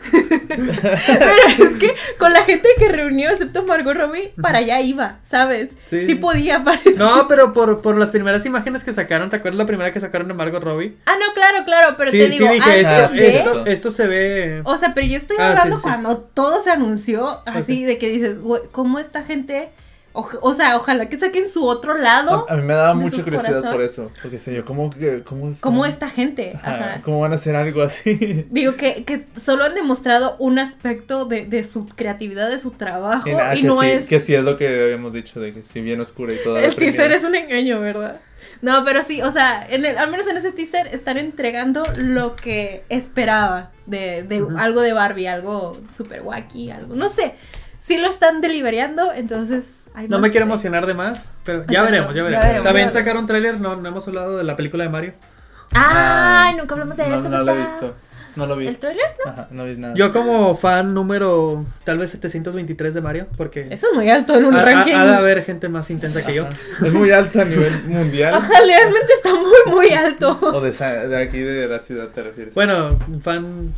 pero es que con la gente que reunió, excepto Margot Robbie, para allá iba, ¿sabes? Sí. Sí podía parecer. No, pero por las primeras imágenes que sacaron, ¿te acuerdas la primera que sacaron de Margot Robbie? Ah, no, claro, pero Sí, te digo, sí dije, antes de... esto se ve... O sea, pero yo estoy Ah, hablando sí, sí. cuando todo se anunció, así de que dices, güey, ¿cómo esta gente? O sea, ojalá que saquen su otro lado. A mí me daba de mucha sus curiosidad corazón. por eso. Porque sé yo, ¿cómo está? ¿Cómo esta gente? Ajá, Ajá. ¿cómo van a hacer algo así? Digo que solo han demostrado un aspecto de su creatividad, de su trabajo, y que no sí, es... que sí es lo que habíamos dicho, de que si bien oscura y todo. El teaser es un engaño, ¿verdad? No, pero sí, o sea, al menos en ese teaser están entregando lo que esperaba de algo de Barbie, algo super wacky, algo, no sé. Sí lo están deliberando, entonces... hay No más me quiero fe. emocionar de más, pero ya Exacto, veremos, ya ya veremos. veremos, También ya sacaron veremos. tráiler, no hemos hablado de la película de Mario. Ay, nunca hablamos de eso. No lo he ¿verdad? visto. No lo vi. ¿El trailer? Ajá, no vi nada. Yo como fan número tal vez 723 de Mario, porque Eso es muy alto en un ha ranking. de haber gente más intensa que yo. Ajá. Es muy alto a nivel mundial. Ajá, realmente está muy alto. O de aquí de la ciudad te refieres. Bueno, fan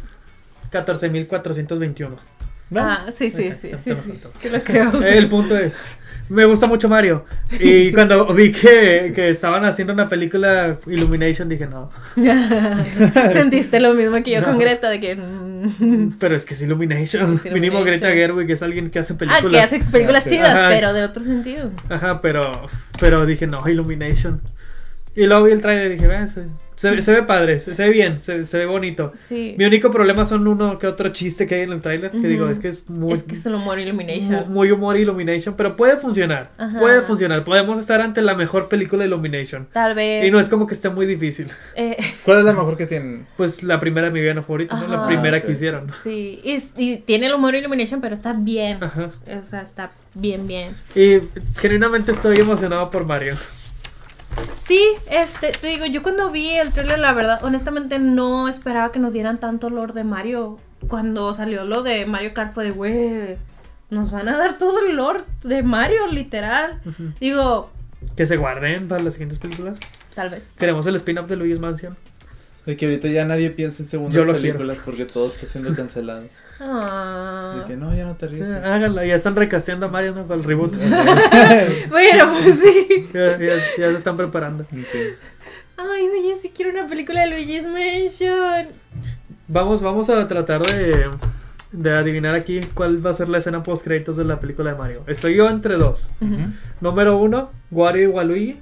14.421. Ah, sí, sí, Ok, sí, ya sí, me sí, faltó. sí lo creo. El punto es, me gusta mucho Mario. Y cuando vi que estaban haciendo una película Illumination, dije no. Sentiste lo mismo que yo No. con Greta, de que... Pero es que es Illumination. Es Mínimo Illumination. Greta Gerwig, que es alguien que hace películas. Ah, que hace películas Sí. chidas, Ajá. pero de otro sentido. Ajá, pero dije no, Illumination. Y luego vi el trailer y dije, se ve padre, se ve bien, se ve bonito. Sí. Mi único problema son uno que otro chiste que hay en el tráiler, que Ujú. digo, es que es muy... Es que es el humor Illumination. Muy humor Illumination, pero puede funcionar. Ajá. Puede funcionar. Podemos estar ante la mejor película Illumination. Tal vez. Y no es como que esté muy difícil. ¿Cuál es la mejor que tienen? Pues la primera de mi villano favorito, ¿no? La Ajá. primera Ok. que hicieron. Sí, y tiene el humor Illumination, pero está bien. Ajá. O sea, está bien. Y genuinamente estoy emocionado por Mario. Sí, te digo, yo cuando vi el trailer, la verdad, honestamente no esperaba que nos dieran tanto lore de Mario. Cuando salió lo de Mario Kart fue de, güey, nos van a dar todo el lore de Mario, literal. Digo, Que se guarden para las siguientes películas. tal vez. Queremos el spin-off de Luigi's Mansion. De que ahorita ya nadie piensa en segundas Yo lo películas porque todo está siendo cancelado. Ah. De que no, ya no te ríes. Háganlo, ya están recasteando a Mario, ¿no? Para el reboot. Bueno, pues sí. ya se están preparando. Sí. Ay, oye, sí quiero una película de Luigi's Mansion. Vamos a tratar de adivinar aquí cuál va a ser la escena post créditos de la película de Mario. Estoy yo entre dos. Ujú. Número 1, Wario y Waluigi.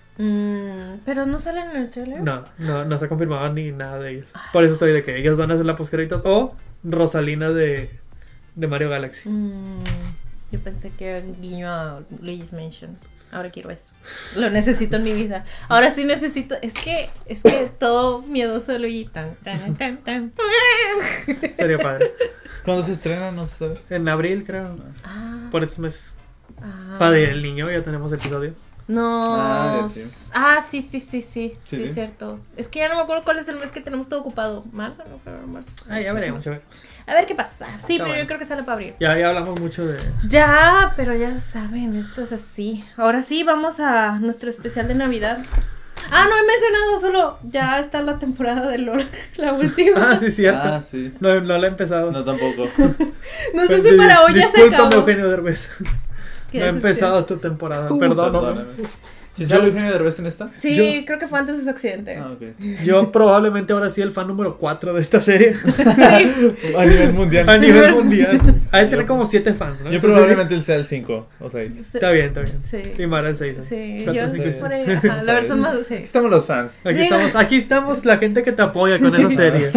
Pero no salen en el trailer. No se ha confirmado ni nada de ellos. Por eso estoy de que ellos van a hacer la post créditos. O Rosalina de Mario Galaxy. Yo pensé que era un guiño a Luigi's Mansion. Ahora quiero eso. Lo necesito en mi vida. Ahora sí necesito. Es que todo miedoso Luigi. Tan. Sería padre. ¿Cuándo se estrena? No sé. En abril, creo. Ah, Por estos meses. ah. Padre el niño, ya tenemos episodio. No. Ah, ya sí. Sí. Sí, Sí, sí. cierto. Es que ya no me acuerdo cuál es el mes que tenemos todo ocupado. ¿Marzo? No, febrero, marzo. Ya veremos. Ya, A ver qué pasa. Sí, pero bueno. yo creo que sale para abril. ya hablamos mucho de... Ya, pero ya saben, esto es así. Ahora sí, vamos a nuestro especial de Navidad. Ah, no he mencionado, solo ya está la temporada de Lore, la última. Ah, sí, cierto. Ah, sí. No la he empezado. No, tampoco. No sé Pues, si para hoy ya se discúlpame, acabó. Eugenio Derbez. Qué No he decepción. empezado tu temporada. Perdóname. ¿Sí sale Eugenio Derbez en esta? Sí, Yo- creo que fue antes de su accidente. Ah, ok. Yo probablemente ahora sí el fan número 4 de esta serie. A nivel mundial. A nivel mundial. Hay que tener como 7 fans, ¿no? Yo Esa probablemente él sea el 5 o 6. Sí. serie- Está bien. Sí. Y Mara el 6. Sí, Cuatro, yo cinco, por ahí, ajá, la verdad son más, sí. Aquí estamos los fans. Digo- Aquí estamos la gente que te apoya con esa serie.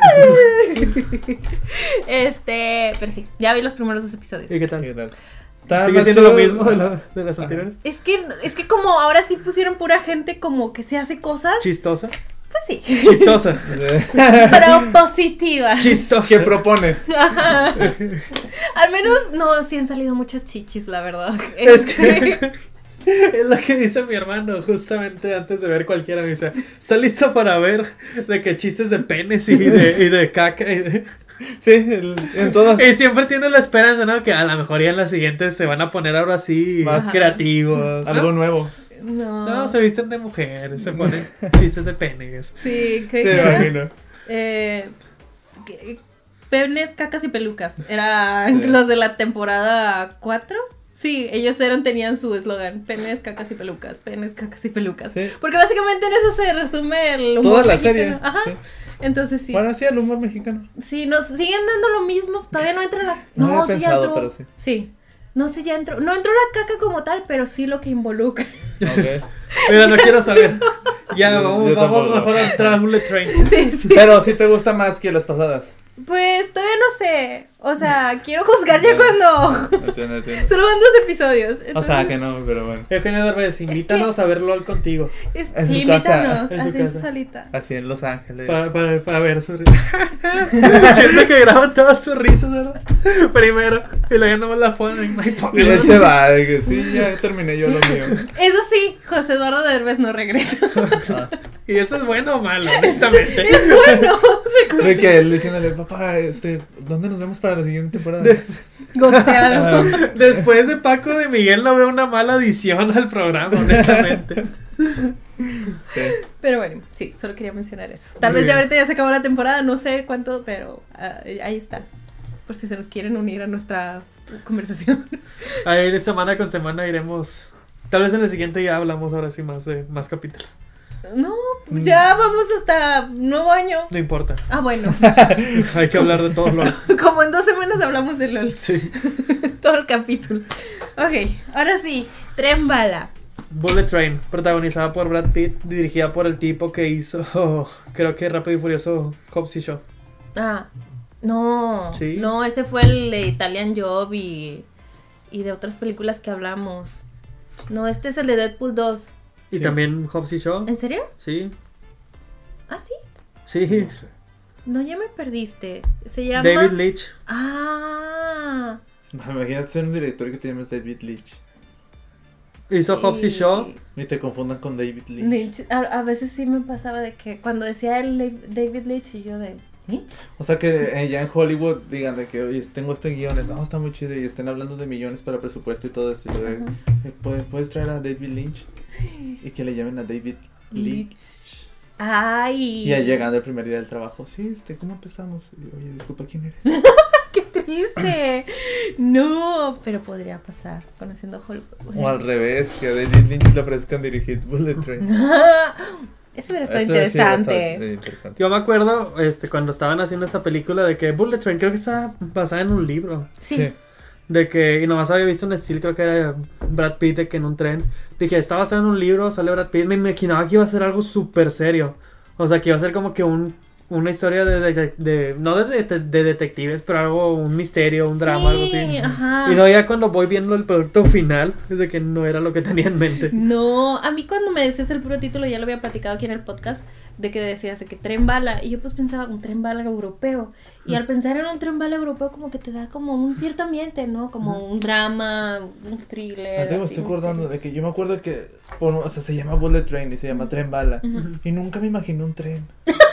Pero sí, ya vi los primeros 2 episodios. ¿Y qué tal? ¿Qué tal? Está ¿Sigue más siendo lo chido. mismo de las anteriores? Es que como ahora sí pusieron pura gente como que se hace cosas, ¿Chistosa? Pues sí. Chistosa. Pero positiva. Chistosa. ¿Qué propone? Ajá. Al menos, no, sí han salido muchas chichis, la verdad. Es que es lo que dice mi hermano justamente antes de ver cualquiera. Me dice, ¿está listo para ver de que chistes de penes y de caca? Sí, en todas. Y siempre tiene la esperanza, ¿no? Que a lo mejor ya en las siguientes se van a poner ahora sí más creativos, ¿no? Algo nuevo. No, se visten de mujer, se ponen chistes de penes. Sí, Sí, me imagino. Penes, cacas y pelucas. Eran Sí. los de la temporada 4. Sí, ellos tenían su eslogan, penes, cacas y pelucas, penes, cacas y pelucas. Sí. Porque básicamente en eso se resume el humor Toda la mexicano. serie. Ajá. Sí. Entonces sí. Bueno, sí, el humor mexicano. Sí, nos siguen dando lo mismo. Todavía no entra la. No había sí ya pensado, entró. pero sí. Sí. No, sí ya entró. No entró la caca como tal, pero sí lo que involucra. Ok. Mira, no quiero saber. Ya, Yo vamos tampoco. mejor a entrar a Bullet Train. Sí, sí. Pero sí te gusta más que las pasadas. Pues todavía no sé. O sea, quiero juzgar ya cuando. Entiendo. Solo van 2 episodios. O sea, entonces, que no, pero bueno. Eugenio Derbez, invítanos a ver LOL contigo. en sí, su casa, invítanos. en su Así en su casa. salita. Así en Los Ángeles. Para ver su risa. Siento que graban todas sus risas, ¿verdad? Primero. Y luego ya nomás la ponen. Y él se va, de que sí, ya terminé yo lo mío. Eso sí, José Eduardo Derbez no regresa. Ah, Y eso es bueno o malo, honestamente. Es bueno. de que él diciéndole, papá, ¿dónde nos vemos para la siguiente temporada? Gosteado. Ah, Después de Paco de Miguel no veo una mala adición al programa, honestamente. sí. Pero bueno, sí, solo quería mencionar eso. Tal Muy vez ya bien. ahorita ya se acabó la temporada, no sé cuánto, pero ahí está. Por si se nos quieren unir a nuestra conversación. Ahí semana con semana iremos. Tal vez en el siguiente ya hablamos ahora sí más de más capítulos. No, ya vamos hasta nuevo año. No importa. Ah, bueno. Hay que hablar de todo LOL. Como en 2 semanas hablamos de LOL. Sí. Todo el capítulo. Ok, ahora sí. Tren Bala. Bullet Train, protagonizada por Brad Pitt, dirigida por el tipo que hizo, creo que Rápido y Furioso, Hobbs y Shaw. Ah, no. ¿Sí? No, ese fue el de Italian Job y de otras películas que hablamos. No, este es el de Deadpool 2. Y Sí. también Hobbs y Shaw. ¿En serio? Sí, Ah, sí. sí. No, ya me perdiste. Se llama. David Leitch. Ah. Imagínate ser un director que te llames David Leitch. Hizo Hobbs y Shaw. Ni te confundan con David Leitch. Lynch. A veces sí me pasaba de que cuando decía el David Lynch y yo de ¿Lynch? O sea que ya en Hollywood digan de que, oye, tengo este guion, está muy chido y estén hablando de millones para presupuesto y todo eso. Y yo de, Ajá. ¿puedes traer a David Lynch? Y que le llamen a David Leitch. Ay. Y ya llegando el primer día del trabajo, sí, ¿cómo empezamos? Y digo, oye, disculpa, ¿quién eres? ¡Qué triste! No, pero podría pasar conociendo Hollywood. O al revés, que a David Lynch le ofrezcan dirigir Bullet Train. Eso hubiera estado Eso sí hubiera interesante. estado interesante. Yo me acuerdo cuando estaban haciendo esa película de que Bullet Train creo que estaba basada en un libro. Sí. De que, y nomás había visto un estilo, creo que era Brad Pitt, de que en un tren. Dije, está basado en un libro, sale Brad Pitt. Me imaginaba que iba a ser algo súper serio. O sea, que iba a ser como que una historia no de detectives, pero algo, un misterio, un drama, algo así. Ajá. Y luego ya cuando voy viendo el producto final, es de que no era lo que tenía en mente. No, a mí cuando me decías el puro título, ya lo había platicado aquí en el podcast, de que decías de que tren bala, y yo pues pensaba un tren bala europeo, y al pensar en un tren bala europeo como que te da como un cierto ambiente, ¿no? Como un drama, un thriller. Así me así, estoy un acordando misterio. de que yo me acuerdo que, o sea, se llama Bullet Train y se llama Tren Bala. Ujú. Y nunca me imaginé un tren.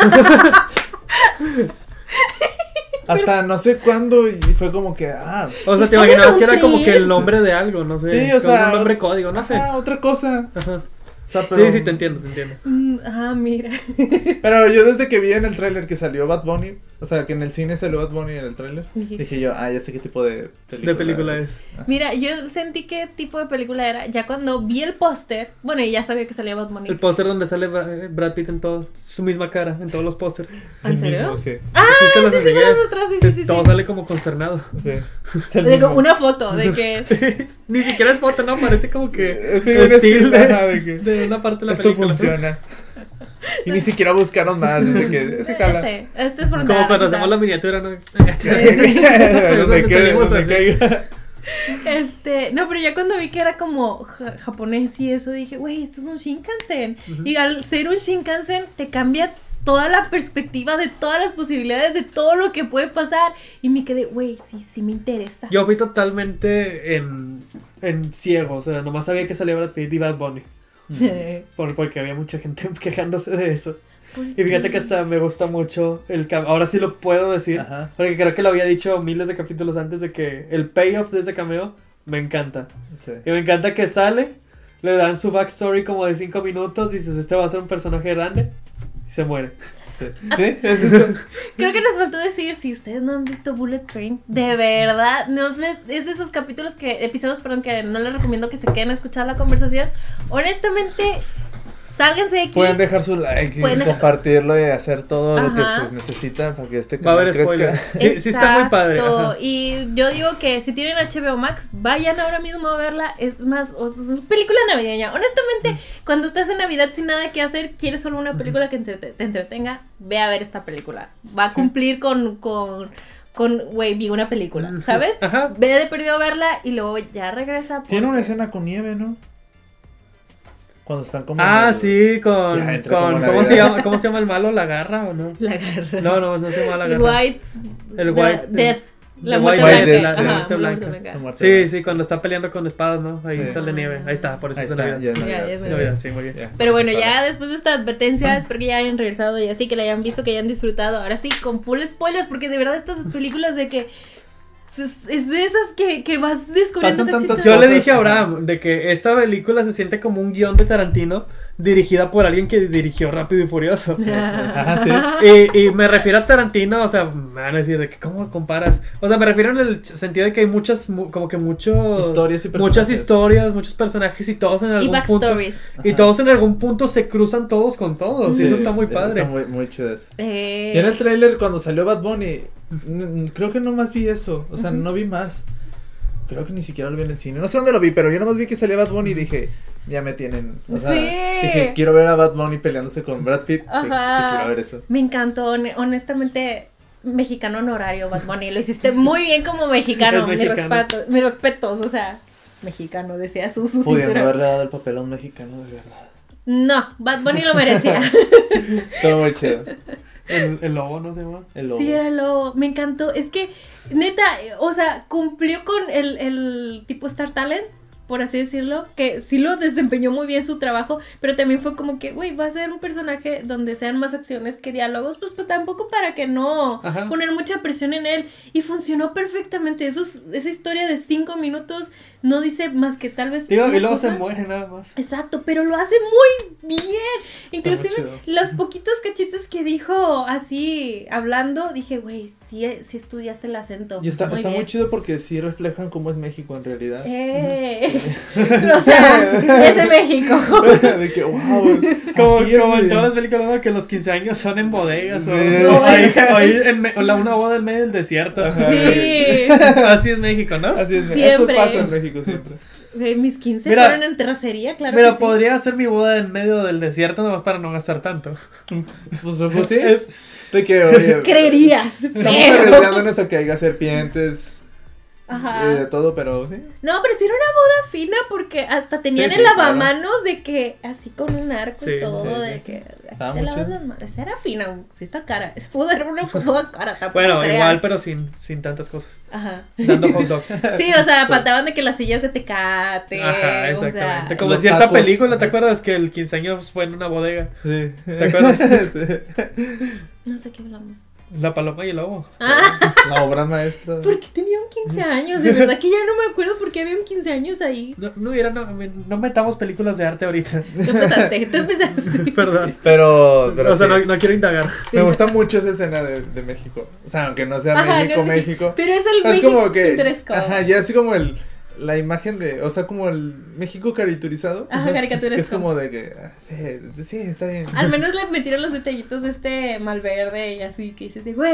Hasta no sé cuándo y fue como que, O sea, te Está imaginabas bueno que era un como que tren. el nombre de algo, no sé. sí, o como sea, un nombre código, no sé. otra cosa. Ajá. O sea, pero, Sí, te entiendo. Mira. Pero yo desde que vi en el tráiler que salió Bad Bunny, o sea, que en el cine salió Bad Bunny en el tráiler, dije yo, ya sé qué tipo de película es. Ah. Mira, yo sentí qué tipo de película era ya cuando vi el póster, bueno, y ya sabía que salía Bad Bunny. El póster donde sale Brad Pitt en todo, su misma cara, en todos los pósters. ¿En El serio? mismo, sí. Ah, Sí, se los sí, enseñé. me lo mostraste, sí. Todo sale como consternado. Sí. Es el Digo, mismo. una foto de que Ni siquiera es foto, no, parece como que Sí, un estilo, ajá, de que de una parte de la esto película. funciona. Y ni siquiera buscaron más, desde que ese jala. este es frontal. Como cuando o sea, hacemos la miniatura, ¿no? Donde donde quede, salimos donde así. caiga. No, pero ya cuando vi que era como japonés y eso, dije, güey, esto es un Shinkansen. Y al ser un Shinkansen, te cambia toda la perspectiva de todas las posibilidades de todo lo que puede pasar. Y me quedé, güey, sí me interesa. Yo fui totalmente en ciego, o sea, nomás sabía que salía Brad Pitt y Bad Bunny. Porque había mucha gente quejándose de eso. Y fíjate que hasta me gusta mucho ahora sí lo puedo decir. Ajá. Porque creo que lo había dicho miles de capítulos antes, de que el payoff de ese cameo me encanta. Sí. Y me encanta que sale, le dan su backstory como de 5 minutos, y dices, este va a ser un personaje grande, y se muere. Sí, es eso. Creo que nos faltó decir, si ustedes no han visto Bullet Train, de verdad, no sé, es de esos episodios, que no les recomiendo que se queden a escuchar la conversación. Honestamente, sálganse de aquí. Pueden dejar su like y compartirlo y hacer todo lo que se necesita para que este canal crezca. Sí está muy padre. Ajá. Y yo digo que si tienen HBO Max, vayan ahora mismo a verla. Es más, es película navideña. Honestamente, cuando estás en Navidad sin nada que hacer, quieres solo una película que te entretenga, ve a ver esta película. Va a cumplir con güey, vi una película, ¿sabes? Ajá. Ve de perdido a verla y luego ya regresa. Tiene una escena con nieve, ¿no? Cuando están como... sí, con ¿cómo se llama el malo? ¿La garra o no? La garra. No se llama la garra. El White Death. La muerte blanca. Sí, cuando está peleando con espadas, ¿no? Ahí sale nieve. Ahí está, por eso es Navidad. Sí, muy bien. Pero bueno, ya después de esta advertencia, espero que ya hayan regresado y así, que la hayan visto, que hayan disfrutado. Ahora sí, con full spoilers, porque de verdad estas películas de que... Es de esas que vas descubriendo cachitos. Yo le dije a Abraham de que esta película se siente como un guión de Tarantino dirigida por alguien que dirigió Rápido y Furioso. ¿Sí? Y me refiero a Tarantino, o sea, me van a decir de que ¿cómo comparas? O sea, me refiero en el sentido de que hay muchas historias, muchos personajes y todos en algún punto y todos en algún punto se cruzan todos con todos, y eso está muy padre. Está muy chido eso. Y en el tráiler cuando salió Bad Bunny, creo que nomás vi eso, o sea, no vi más. Creo que ni siquiera lo vi en el cine. No sé dónde lo vi, pero yo nomás vi que salía Bad Bunny y dije, ya me tienen. O sea, dije, quiero ver a Bad Bunny peleándose con Brad Pitt. Sí, quiero ver eso. Me encantó, honestamente, mexicano honorario, Bad Bunny. Lo hiciste muy bien como mexicano. Mis respetos, o sea, mexicano, decía su Pudiendo haberle dado el papel a un mexicano de verdad. No, Bad Bunny lo merecía. Todo muy chido. El lobo, ¿no se llama? El lobo. Sí, era el lobo. Me encantó. Es que, neta, o sea, cumplió con el tipo Star Talent, por así decirlo, que sí lo desempeñó muy bien su trabajo, pero también fue como que, güey, va a ser un personaje donde sean más acciones que diálogos, pues tampoco para que no poner mucha presión en él, y funcionó perfectamente. Esa historia de 5 minutos no dice más que tal vez y luego se muere nada más. Exacto, pero lo hace muy bien. Inclusive los poquitos cachitos que dijo así hablando, dije, güey, sí estudiaste el acento. Y está muy chido porque sí reflejan cómo es México en realidad. O sea, ese México. De que, wow. Como en todas las películas, ¿no? Que los 15 años son en bodegas. O ahí una boda en medio del desierto. Sí. Así es México, ¿no? Así es. Siempre. Eso pasa en México siempre. Mis 15 fueron en terracería, claro. Mira, podría hacer mi boda en medio del desierto, nomás para no gastar tanto. Pues sí. De que, oye, creerías, estamos arriesgándonos a que haya serpientes. De todo, pero sí. No, pero sí era una boda fina porque hasta tenían el lavamanos de que así con un arco y todo, de que estaba muy chido. Esa era fina, sí está cara. Es poder una boda cara tampoco. Bueno, igual, pero sin tantas cosas. Dando hot dogs. Sí, o sea, faltaban de que las sillas de Tecate. Ajá, exactamente. O sea, como cierta película, ¿te acuerdas que el 15 años fue en una bodega? Sí. ¿Te acuerdas? No sé qué hablamos. La paloma y el lobo. La obra maestra. ¿Por qué tenía un 15 años? De verdad que ya no me acuerdo por qué había un 15 años ahí. No metamos películas de arte ahorita. Tú empezaste. Perdón. Pero o sea, no quiero indagar. Me gusta mucho esa escena de México. O sea, aunque no sea México. Pero es el México como que, pintoresco. Ya así como la imagen de, o sea, como el México caricaturizado. Caricaturesco. Que es como de que, sí, está bien. Al menos le metieron los detallitos de Malverde y así, que dices de, güey,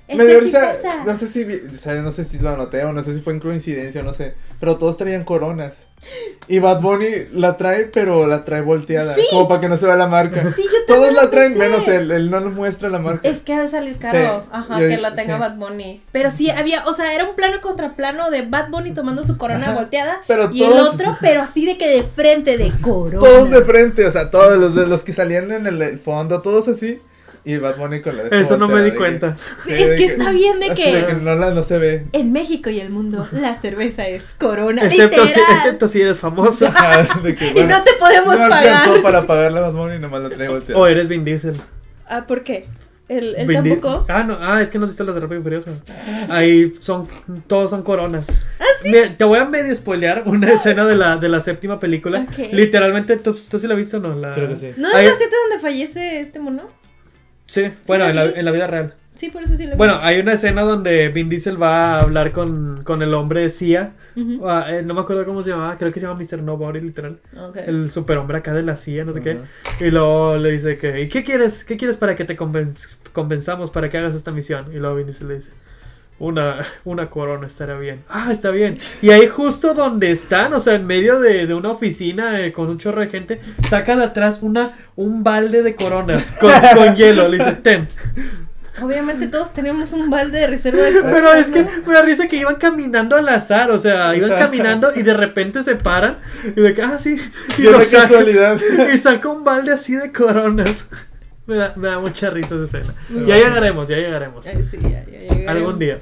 Me dio sí risa, pasa. no sé si, o sea, no sé si lo anoté o no sé si fue en coincidencia, no sé, pero todos traían coronas. Y Bad Bunny la trae, pero la trae volteada, Sí. como para que no se vea la marca. Sí, yo Todos también la lo traen, pensé. menos él no lo muestra la marca. Es que ha de salir caro, Sí, ajá, yo- que lo tenga sí. Bad Bunny. Pero sí había, o sea, era un plano contra plano de Bad Bunny tomando su corona Ajá, volteada. pero y todos- el otro, pero así de que de frente, de corona. Todos de frente, o sea, todos los que salían en el fondo, todos así. Y Bad Bunny con la de esta Eso no me volteada di de cuenta. Sí, es de que está bien de así que no se ve. en México y el mundo la cerveza es corona. Excepto literal. si eres famoso. Ajá, de que, Y no te podemos no alcanzó pagar. para pagarle a Bad Bunny y nomás la trae volteada. O eres Vin Diesel. Ah, ¿por qué? ¿El Vin Di- tampoco? no, es que no has visto las de Rápido y Furioso. Ahí todos son coronas. Mira, te voy a medio spoilear una escena de la séptima película. Ok. Literalmente, ¿tú sí la viste o no? Creo que sí. ¿No es Ahí- la 7 donde fallece este mono? Sí, bueno, la vi. en la vida real. Sí, por eso sí la vi. Bueno, hay una escena donde Vin Diesel va a hablar con el hombre Sia. Ujú. No me acuerdo cómo se llamaba, creo que se llama Mr. Nobody, literal. Ok. El superhombre acá de la CIA, no sé qué. Ajá. Y luego le dice que, ¿y qué quieres para que te convenzamos para que hagas esta misión? Y luego Vin Diesel le dice, una corona estaría bien. Ah, está bien. Y ahí justo donde están, o sea, en medio de una oficina con un chorro de gente, saca de atrás un balde de coronas con hielo. Le dice, ten. Obviamente todos tenemos un balde de reserva de corona. Pero es que ¿no? me da risa que iban caminando al azar, o sea, iban caminando y de repente se paran y de que, sí. Y Qué lo de saca, casualidad. y saca un balde así de coronas. Me da mucha risa esa escena. Pero Ya bueno. llegaremos. Ay, sí, ya llegaremos. Algún día.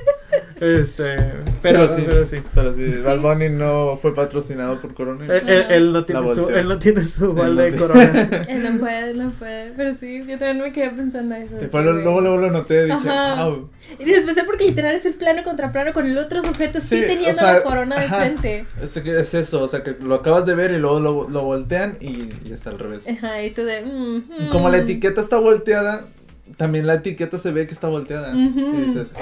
Pero sí. Pero sí, Bad Bunny no fue patrocinado por Corona. Él no La tiene volteó. él no tiene su Él balde no de tiene. corona. No puede. Pero sí, yo también me quedé pensando eso. Sí, luego lo noté, dije, Ajá. wow. Y en especial porque literal es el plano contra plano con el otro sujeto sí, Sí, teniendo o sea, la corona de ajá. frente. Es eso, o sea, que lo acabas de ver y luego lo voltean y está al revés. Ajá, y tú de... Y como la etiqueta está volteada, también la etiqueta se ve que está volteada. Ujú. Y dices,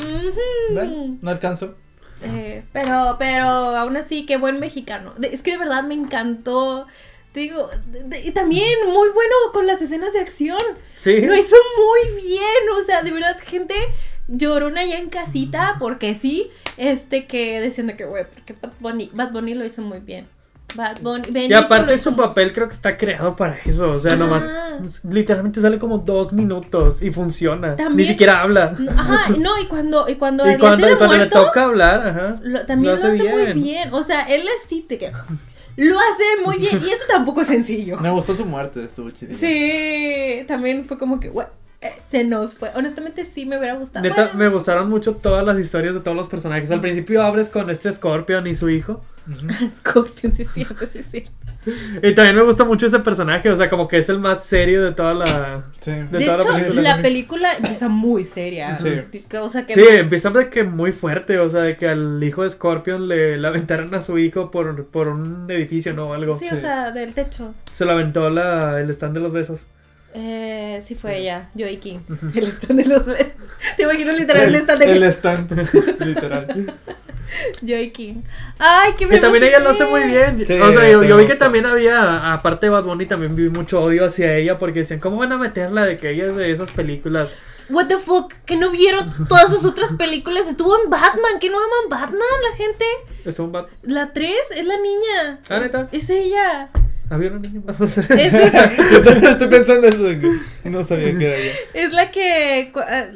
¿ven? No alcanzo. Pero aún así, qué buen mexicano. Es que de verdad me encantó. Te digo, y también muy bueno con las escenas de acción. Sí. Lo hizo muy bien. O sea, de verdad, gente llorona ya en casita. Porque sí, que decían de que, güey, porque Bad Bunny lo hizo muy bien. Bad Bunny. Y Benito lo aparte hizo su papel creo que está creado para eso. O sea, Ajá. nomás literalmente sale como 2 minutos y funciona. También- Ni siquiera habla. Ajá, no, y cuando Y le cuando le muerto, toca hablar, ajá. también lo hace muy bien. O sea, él sí te que lo hace muy bien. Y eso tampoco es sencillo. Me gustó su muerte, estuvo chido. Sí, también fue como que, se nos fue. Honestamente sí me hubiera gustado. Neta, Bueno, me gustaron mucho todas las historias de todos los personajes. Al principio abres con este Scorpion y su hijo. Scorpion, sí es cierto, sí es cierto. Y también me gusta mucho ese personaje. O sea, como que es el más serio de toda la... Sí. De toda la hecho, película. la película empieza muy seria. Sí. O sea que Sí, empieza de que muy fuerte. O sea, de que al hijo de Scorpion le aventaron a su hijo por un edificio, ¿no? O algo. sí, o sea, del techo. Se lo aventó el stand de los besos. Sí fue ella, Joey King. El stand de los besos. Te imagino literal el stand de El stand, literal. Joey King. Ay, qué Que también ella lo hace muy bien. Sí, o sea, yo me vi que gusta. también había, aparte de Bad Bunny, también vi mucho odio hacia ella porque decían, ¿cómo van a meterla de que ella es de esas películas? What the fuck, que no vieron todas sus otras películas. Estuvo en Batman, que no aman Batman la gente. Es un Bad... La 3 es la niña. Ah, ¿neta? Es ella. Había una niña más. Es, Yo también estoy pensando eso de que no sabía que era ella. es la que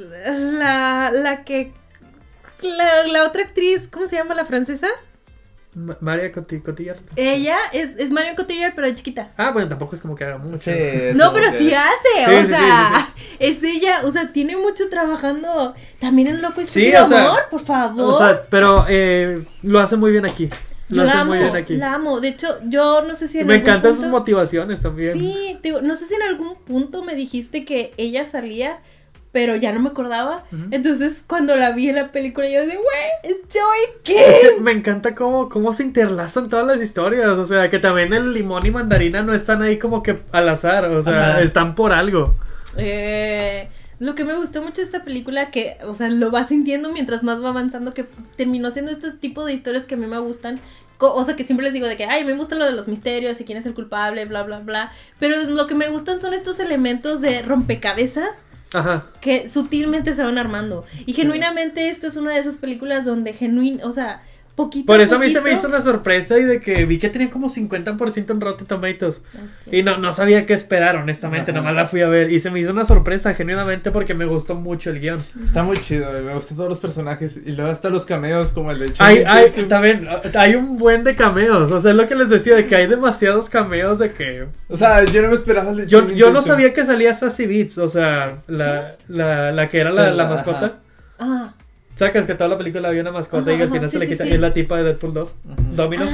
la otra actriz, ¿cómo se llama la francesa? María Cotillard. Ella es Marion Cotillard, pero de chiquita. Ah, bueno, tampoco es como que haga mucho. Sí, eso No, pero que- sí hace, Sí, o sí, sea, es ella, o sea, tiene mucho trabajando también en Loco y Sí, Estúpido o sea, Amor, por favor. O sea, pero lo hace muy bien aquí. Lo Yo hace la amo, muy bien aquí. la amo. De hecho, yo no sé si en Me algún encantan punto- sus motivaciones también. Sí, digo, no sé si en algún punto me dijiste que ella salía, pero ya no me acordaba. Ujú. Entonces, cuando la vi en la película, yo decía, güey, es Joey Es King. que me encanta cómo se interlazan todas las historias. O sea, que también el limón y mandarina no están ahí como que al azar. O sea, Ajá. están por algo. Lo que me gustó mucho de esta película, que, o sea, lo vas sintiendo mientras más va avanzando, que terminó siendo este tipo de historias que a mí me gustan. O sea, que siempre les digo de que, ay, me gusta lo de los misterios y quién es el culpable, bla, bla, bla. Pero lo que me gustan son estos elementos de rompecabezas Ajá. que sutilmente se van armando. Y genuinamente esta es una de esas películas donde o sea, poquito Por eso a a mí se poquito. me hizo una sorpresa y de que vi que tenía como 50% en Rotten Tomatoes. Sí. Y no sabía qué esperar, honestamente, Ajá. nomás la fui a ver. Y se me hizo una sorpresa, genuinamente, porque me gustó mucho el guión. Está muy chido, me gustan todos los personajes. Y luego hasta los cameos, como el de Hay, Channing Tatum. también, hay un buen de cameos. O sea, es lo que les decía, de que hay demasiados cameos de que... O sea, yo no me esperaba el de Yo Channing no Tatum. sabía que salía Sassy Beats, o sea, la que era la Ajá. mascota. Ah. Sacas que toda la película había una mascota y Ajá, al final sí, se le sí, quita, sí. es la tipa de Deadpool 2, Ujú. Domino.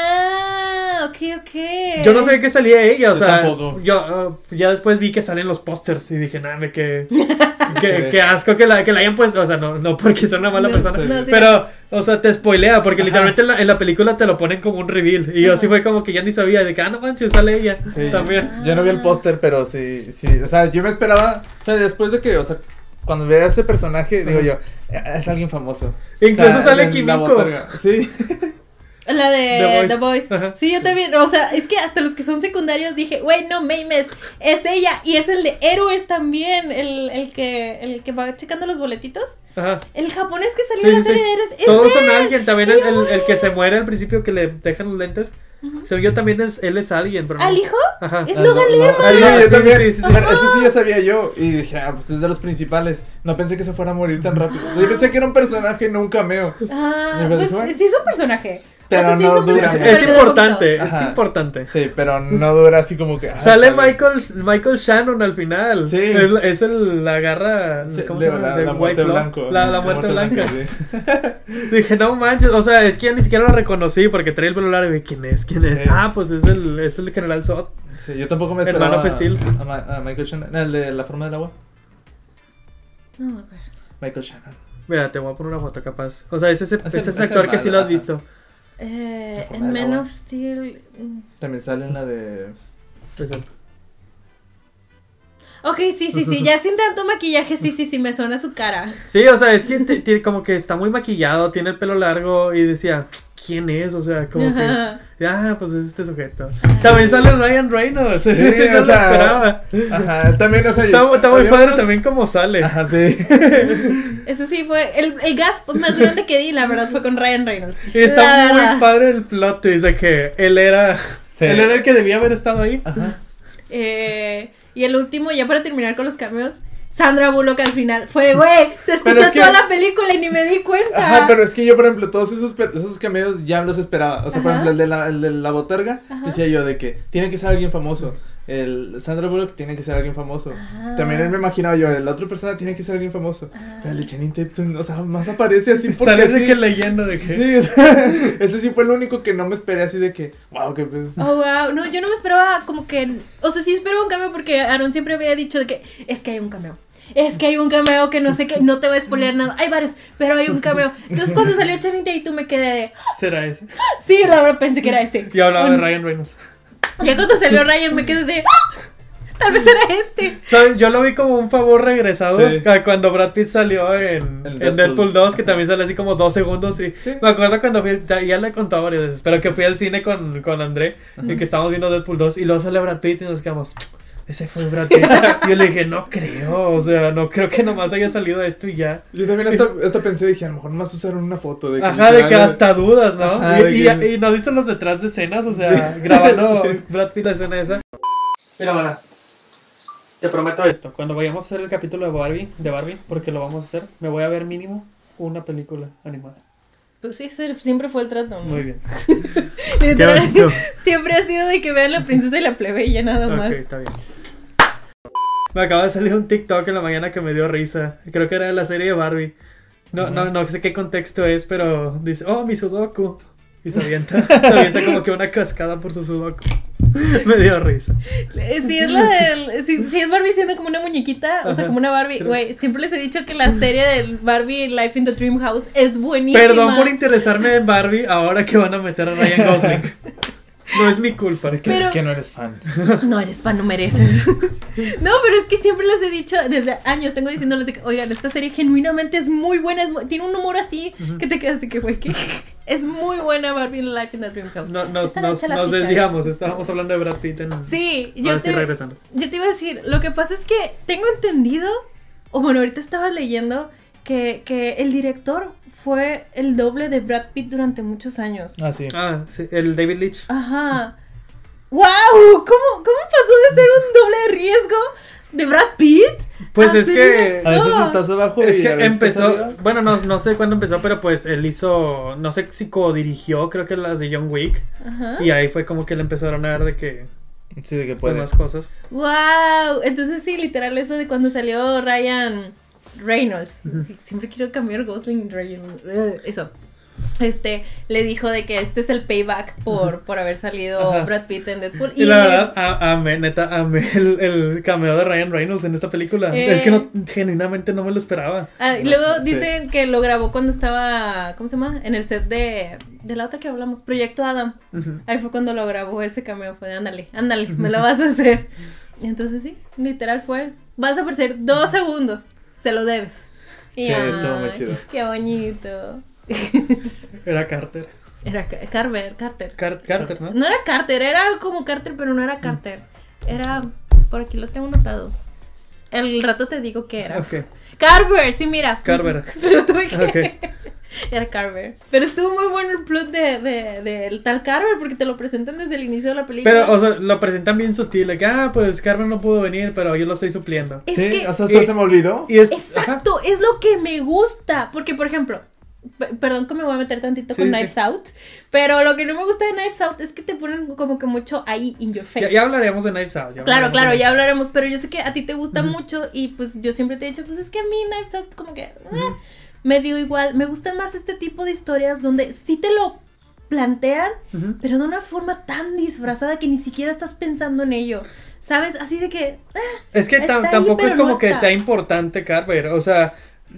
Ok. Yo no sabía que salía ella, o Yo sea, tampoco. yo ya después vi que salen los pósters y dije, nada, qué Sí. qué asco que la hayan puesto, o sea, no porque sea una mala No, persona, sí. no, sí. pero, o sea, te spoilea, porque Ajá. literalmente en la película te lo ponen como un reveal, y yo Ajá. así fue como que ya ni sabía, de que, no manches, sale ella, Sí. también. Yo no vi el póster, pero sí, o sea, yo me esperaba, o sea, después de que, o sea, cuando veía a ese personaje, digo yo, es alguien famoso. Incluso O sea, sale en la Kimiko. botarga. Sí. La de The The Boys. Ajá. Sí, yo también. O sea, es que hasta los que son secundarios dije, güey, no mames, es ella. Y es el de Héroes también. El que va checando los boletitos. Ajá. El japonés que salió Sí, en la sí, serie sí. de Héroes. Es Todos él. son alguien, también Y yo, el que se muere al principio que le dejan los lentes, según yo también él es alguien, pero no. ¿Al hijo? Ajá. Es Ah, Logan no, Lerman. sí, Ah, yo sí, también. sí, sí, sí. Bueno, eso sí ya sabía yo. Y dije, pues es de los principales. No pensé que se fuera a morir tan rápido. Yo pensé que era un personaje, no un cameo. Ah, Y pues, pues bueno. sí es un personaje. Pero O sea, sí no es un dura. personaje, Es pero importante, es Ajá. importante. Sí, pero no dura así como que. Sale Michael Shannon al final. Sí. Es la garra. Sí, ¿Cómo de se llama? la De muerte White Claw. blanco. La muerte blanca. sí. Dije, no manches. O sea, es que ya ni siquiera lo reconocí porque trae el pelo largo. Y ¿quién es? ¿Quién es? Sí. Ah, pues es el general Zod. Sí, yo tampoco me El esperaba. Man of Steel. A Michael Shannon. El de La Forma del Agua. No, a ver. Michael Shannon. Mira, te voy a poner una foto capaz. O sea, es ese el actor que sí lo has malo, visto. La forma En del Man agua. of Steel. También sale en la de. Es él. Ok, sí. Ya sin tanto maquillaje, sí, me suena su cara. Sí, o sea, es que tiene como que está muy maquillado, tiene el pelo largo y decía, ¿quién es? O sea, como Ajá. que, pues es este sujeto. También sale Ryan Reynolds, Sí, ese no o lo sea, esperaba. Ajá, también, o sea. Está muy había padre unos- también como sale. Ajá, sí. Eso sí fue el gasp más grande que di, la verdad, fue con Ryan Reynolds. Y está La muy verdad. padre el plot twist de que él era el que debía haber estado ahí. Ajá. Y el último, ya para terminar con los cameos, Sandra Bullock al final. Fue, güey, te escuchas es que- toda la película y ni me di cuenta. Ajá, pero es que yo, por ejemplo, todos esos cameos ya los esperaba. O sea, por Ajá. ejemplo, el de la botarga, Ajá. decía yo de que tiene que ser alguien famoso. El Sandra Bullock tiene que ser alguien famoso. Ajá. También él me imaginaba yo, la otra persona tiene que ser alguien famoso. Ajá. Pero el de Channing Tatum, o sea, más aparece así porque Sale de sí. que leyenda de que... Sí, o sea, ese sí fue el único que no me esperé así de que, wow, qué pedo. Oh, wow. No, yo no me esperaba como que... O sea, sí esperaba un cameo porque Aaron siempre había dicho de que es que hay un cameo. Es que hay un cameo que no sé qué, no te voy a spoilear nada. Hay varios, pero hay un cameo. Entonces cuando salió Channing Tatum me quedé de... ¿Será ese? Sí, la verdad pensé que era ese. Y hablaba de Un- Ryan Reynolds. Ya cuando salió Ryan me quedé de... ¡Ah! Tal vez era este. ¿Sabes? Yo lo vi como un favor regresado Sí. a cuando Brad Pitt salió en Deadpool. Deadpool 2, que también sale así como 2 segundos. Y Sí. me acuerdo cuando fui, ya lo he contado varias veces, pero que fui al cine con André y que estábamos viendo Deadpool 2 y luego sale Brad Pitt y nos quedamos, ese fue Brad Pitt. Y yo le dije, no creo, o sea, no creo que nomás haya salido esto y ya. Yo también hasta pensé, dije, a lo mejor nomás usaron una foto de que Ajá, de que literal- hasta dudas, ¿no? Ajá, de que- Y nos dicen los detrás de escenas, o sea, grabando Sí. Brad Pitt la escena esa. Mira, Mara, te prometo esto, cuando vayamos a hacer el capítulo de Barbie, porque lo vamos a hacer, me voy a ver mínimo una película animada. Pues sí, ese siempre fue el trato, ¿no? Muy bien. Literal, Qué bonito. siempre ha sido de que vean la princesa y la plebeya nada más. Ok, está bien. Me acaba de salir un TikTok en la mañana que me dio risa. Creo que era de la serie de Barbie. No sé qué contexto es, pero dice, oh, mi sudoku. Y se avienta como que una cascada por su sudoku. Me dio risa. Sí, es la del. Sí, es Barbie siendo como una muñequita, o sea, Ajá. como una Barbie. Creo- Güey, siempre les he dicho que la serie del Barbie Life in the Dream House es buenísima. Perdón por interesarme en Barbie ahora que van a meter a Ryan Gosling. No es mi culpa. ¿De qué Pero- es que no eres fan? No eres fan, no mereces. No, pero es que siempre les he dicho, desde años tengo diciéndoles de que, oigan, esta serie genuinamente es muy buena, tiene un humor así que te quedas de que, güey, que es muy buena Barbie Life in the Dream House. Nos Están hecha la ficha. desviamos. Estábamos hablando de Brad Pitt. Sí, Ahora sí, regresando. yo te iba a decir, lo que pasa es que tengo entendido O bueno, ahorita estaba leyendo que el director fue el doble de Brad Pitt durante muchos años. Ah, sí. Ah, sí, el David Leitch. Ajá. ¡Wow! ¿Cómo pasó de ser un doble de riesgo de Brad Pitt? Pues es que A veces estás abajo es y que a veces estás empezó, arriba. bueno, no sé cuándo empezó, pero pues él hizo, no sé si codirigió, creo que las de John Wick, Ajá. y ahí fue como que le empezaron a dar de que Sí, de que pues puede. más cosas. ¡Wow! Entonces sí, literal eso de cuando salió Ryan Reynolds. Siempre quiero cambiar Gosling y Reynolds. Eso. Le dijo de que este es el payback por haber salido Ajá. Brad Pitt en Deadpool. Y la verdad, amé el cameo de Ryan Reynolds en esta película. Es que genuinamente no me lo esperaba. Y luego Sí. dicen que lo grabó cuando estaba, ¿cómo se llama? En el set de la otra que hablamos, Proyecto Adam. Ujú. Ahí fue cuando lo grabó ese cameo. Fue de, ándale, me lo vas a hacer. Y entonces sí, literal fue, vas a aparecer 2 segundos, se lo debes. Y, Sí, estuvo muy chido. Qué bonito. Era Carter. Era Carter. Carter, ¿no? No era Carter, era como Carter, pero no era Carter. Era, por aquí lo tengo notado. El rato te digo qué era. Ok. Carver, sí, mira. Carver. Pero tuve que... Ok. Era Carver. Pero estuvo muy bueno el plot del tal Carver, porque te lo presentan desde el inicio de la película. Pero, o sea, lo presentan bien sutil, de que, pues Carmen no pudo venir, pero yo lo estoy supliendo. Es Sí, que... o sea, esto se me olvidó. Y es, Exacto, es lo que me gusta. Porque, por ejemplo, perdón que me voy a meter tantito Sí, con sí. Knives Out, pero lo que no me gusta de Knives Out es que te ponen como que mucho ahí in your face. Ya hablaremos de Knives Out. Claro, hablaremos de ya Knives Out. hablaremos, pero yo sé que a ti te gusta mucho y pues yo siempre te he dicho, pues es que a mí Knives Out como que me dio igual, me gustan más este tipo de historias donde sí te lo plantean, Ujú. pero de una forma tan disfrazada que ni siquiera estás pensando en ello, ¿sabes? Así de que... Es que Está ahí, tampoco pero es como no que está. sea importante Carver, o sea,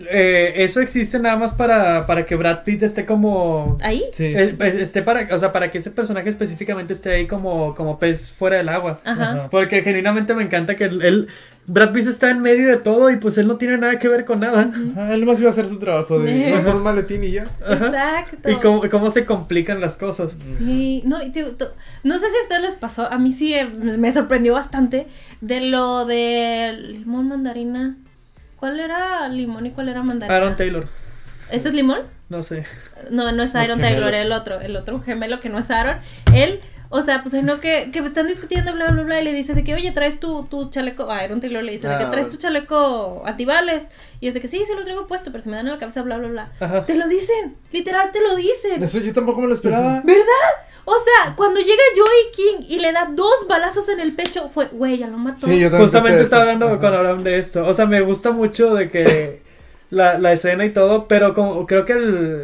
eso existe nada más para que Brad Pitt esté como... ¿Ahí? Sí. Esté o sea, para que ese personaje específicamente esté ahí como pez fuera del agua. Ajá. Ajá. Porque genuinamente me encanta que Brad Pitt está en medio de todo y pues él no tiene nada que ver con nada. Ajá, él nomás iba a hacer su trabajo de Ajá. por un maletín y ya. Exacto. Y cómo se complican las cosas. Sí, no, y no sé si a ustedes les pasó, a mí sí me sorprendió bastante de lo de limón mandarina. ¿Cuál era limón y cuál era mandarina? Aaron Taylor, ¿Ese es limón? no sé. No, no es Los Aaron Taylor, gemelos. el otro gemelo que no es Aaron. Él, o sea, pues no que están discutiendo, bla, bla, bla, y le dice de que, oye, traes tu chaleco, Aaron Taylor le dice de que traes tu chaleco antibales, y es de que sí, se lo traigo puesto, pero se me dan en la cabeza, bla, bla, bla. Ajá. Te lo dicen, literal te lo dicen. Eso yo tampoco me lo esperaba. ¿Verdad? O sea, cuando llega Joey King y le da 2 balazos en el pecho, fue, güey, ya lo mató. Sí, yo también Justamente pensé estaba eso. hablando Ajá. con Abraham de esto. O sea, me gusta mucho de que la escena y todo, pero como creo que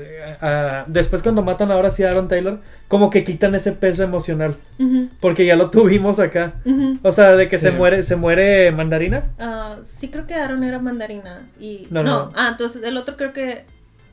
después cuando matan ahora sí a Aaron Taylor, como que quitan ese peso emocional. Ujú, Porque ya lo tuvimos acá. ujú. O sea, de que Sí. se muere Mandarina. Sí creo que Aaron era mandarina y... No. entonces el otro creo que...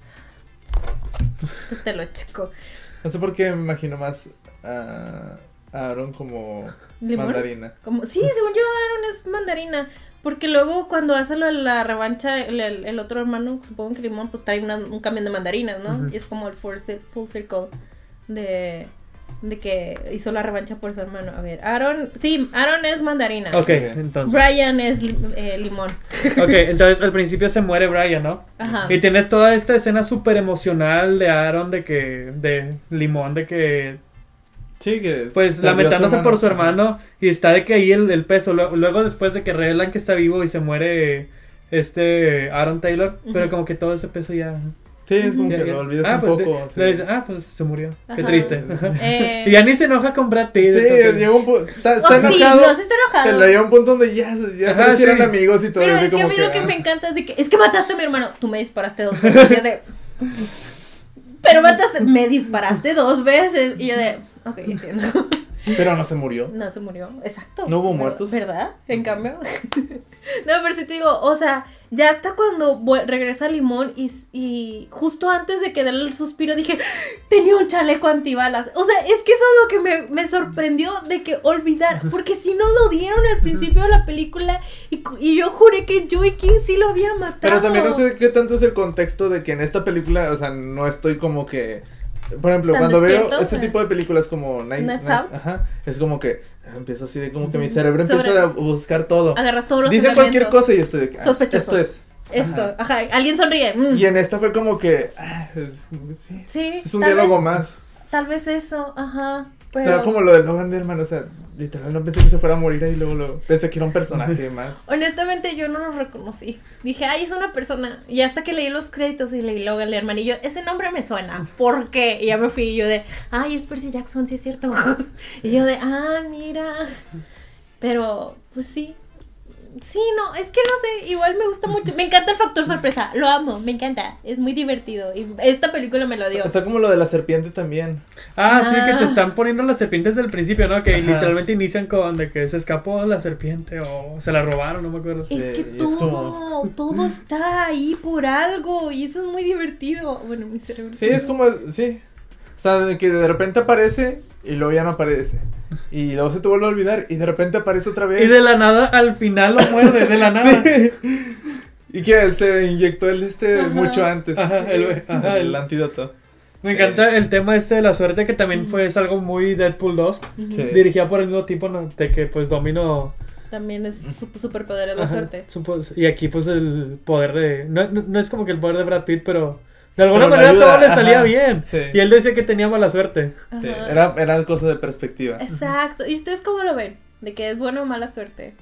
Te lo checo. No sé por qué me imagino más a Aaron como ¿Limón? mandarina. Sí, según yo Aaron es mandarina. Porque luego cuando hace lo de la revancha, el otro hermano, supongo que Limón, pues trae un camión de mandarinas, ¿no? Ujú. Y es como el full circle de que hizo la revancha por su hermano. A ver, Aaron es mandarina. Ok, bien. entonces. Brian es limón. Ok, entonces al principio se muere Brian, ¿no? Ajá. Y tienes toda esta escena súper emocional de Aaron, de Limón, de que Sí, que pues perdió a lamentándose por su Ajá. hermano y está de que ahí el peso, luego después de que revelan que está vivo y se muere Aaron Taylor, pero Ujú. como que todo ese peso ya... Sí, es como ya- que ya- lo olvidas un pues, poco. sí. le dicen, pues se murió, qué Ajá. triste. Eh, Y ya ni se enoja con Brad Pitt. Sí, es como que- llega un punto. Está sí, enojado. no, sí está enojado. Pero llega un punto donde ya Ajá, parecieron sí. amigos y todo. Pero así es que a como mí lo que ah. me encanta es de que, es que mataste a mi hermano. Tú me disparaste 2 veces. Y yo de, pero me disparaste 2 veces. Y yo de, ok, entiendo. Pero no se murió. No se murió, exacto. ¿No hubo muertos? ¿Verdad? En cambio. No, pero sí te digo, o sea, ya hasta cuando regresa Limón y justo antes de que dé el suspiro dije, tenía un chaleco antibalas. O sea, es que eso es lo que me sorprendió de que olvidar, porque si no lo dieron al principio de la película y yo juré que Joey King sí lo había matado. Pero también no sé qué tanto es el contexto de que en esta película, o sea, no estoy como que por ejemplo, ¿Tan cuando despierto? veo ese tipo de películas como Knives Out. ajá, es como que empiezo así de como que mi cerebro Sobre- empieza a buscar todo. Agarras todos los Dice cualquier elementos. cosa y yo estoy de que Sospechoso. esto es. Esto, ajá, alguien sonríe. Y en esta fue como que sí, Sí, es un tal diálogo vez- más. Tal vez eso, ajá. Pero Pero como lo de Logan Lerman, o sea, literal no pensé que se fuera a morir ahí, luego pensé que era un personaje más. honestamente yo no lo reconocí. Dije, ay, es una persona. Y hasta que leí los créditos y leí Logan Lerman y yo, ese nombre me suena. ¿Por qué? Y ya me fui y yo de, ay, es Percy Jackson, sí es cierto. Y yo de, mira. Pero, pues sí. Sí, no, es que no sé, igual me gusta mucho. Me encanta el factor sorpresa, lo amo, me encanta. Es muy divertido. Y esta película me lo dio. Está como lo de la serpiente también. Sí, que te están poniendo las serpientes desde el principio, ¿no? Que Ajá. literalmente inician con de que se escapó la serpiente o se la robaron, no me acuerdo. Sí, Es que y es todo está ahí por algo y eso es muy divertido. Bueno, mi cerebro. Sí, es como, sí. O sea, de que de repente aparece y luego ya no aparece. Y luego se te vuelve a olvidar y de repente aparece otra vez. Y de la nada al final lo muerde, de la nada. Sí. Y que se inyectó Ajá. mucho antes. Ajá, el antídoto. Me encanta el tema de la suerte, que también es algo muy Deadpool 2. Ujú. Sí. Dirigida por el mismo tipo, ¿no? De que pues dominó. También es superpoder de la Ajá, suerte. y aquí pues el poder de. No es como que el poder de Brad Pitt, pero de alguna Pero le manera ayuda, todo le ajá, salía bien. sí. Y él decía que tenía mala suerte. Sí, Ajá. era cosa de perspectiva. Exacto. ¿Y ustedes cómo lo ven? ¿De que es buena o mala suerte?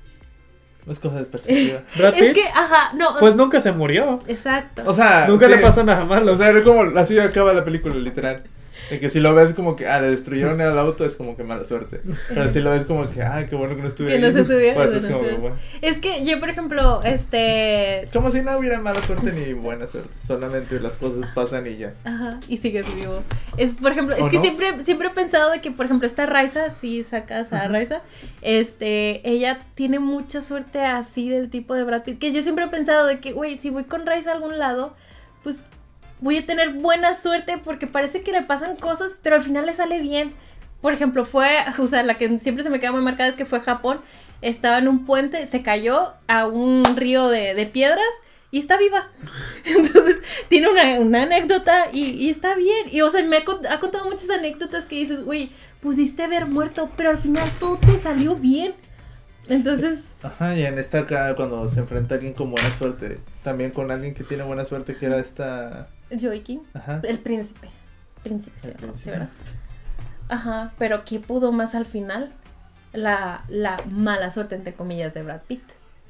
Es cosa de perspectiva. Brad Es Pitt, que, ajá, no. pues nunca se murió. Exacto. O sea, Nunca sí. le pasó nada malo. O sea, era como así acaba la película, literal. De que si lo ves como que, le destruyeron el auto, es como que mala suerte. Pero si lo ves como que, qué bueno que no estuve Que ahí. no se subiera, Pues no es como sé. que, bueno. Es que yo, por ejemplo, Como si no hubiera mala suerte ni buena suerte. Solamente las cosas pasan y ya. Ajá, y sigues vivo. Es, por ejemplo, es ¿O que no? siempre he pensado de que, por ejemplo, esta Raiza, si sacas a Raiza, ella tiene mucha suerte así del tipo de Brad Pitt, que yo siempre he pensado de que, güey, si voy con Raiza a algún lado, pues voy a tener buena suerte porque parece que le pasan cosas, pero al final le sale bien. Por ejemplo, o sea, la que siempre se me queda muy marcada es que fue a Japón, estaba en un puente, se cayó a un río de piedras y está viva. Entonces, tiene una anécdota y está bien. Y, o sea, ha contado muchas anécdotas que dices, güey, pudiste haber muerto, pero al final todo te salió bien. Entonces, Ajá, y en esta acá, cuando se enfrenta a alguien con buena suerte, también con alguien que tiene buena suerte, que era esta. Joaquin, Ajá. el príncipe. Príncipe, El sí, príncipe. ¿verdad? Ajá, pero ¿qué pudo más al final? La mala suerte, entre comillas, de Brad Pitt.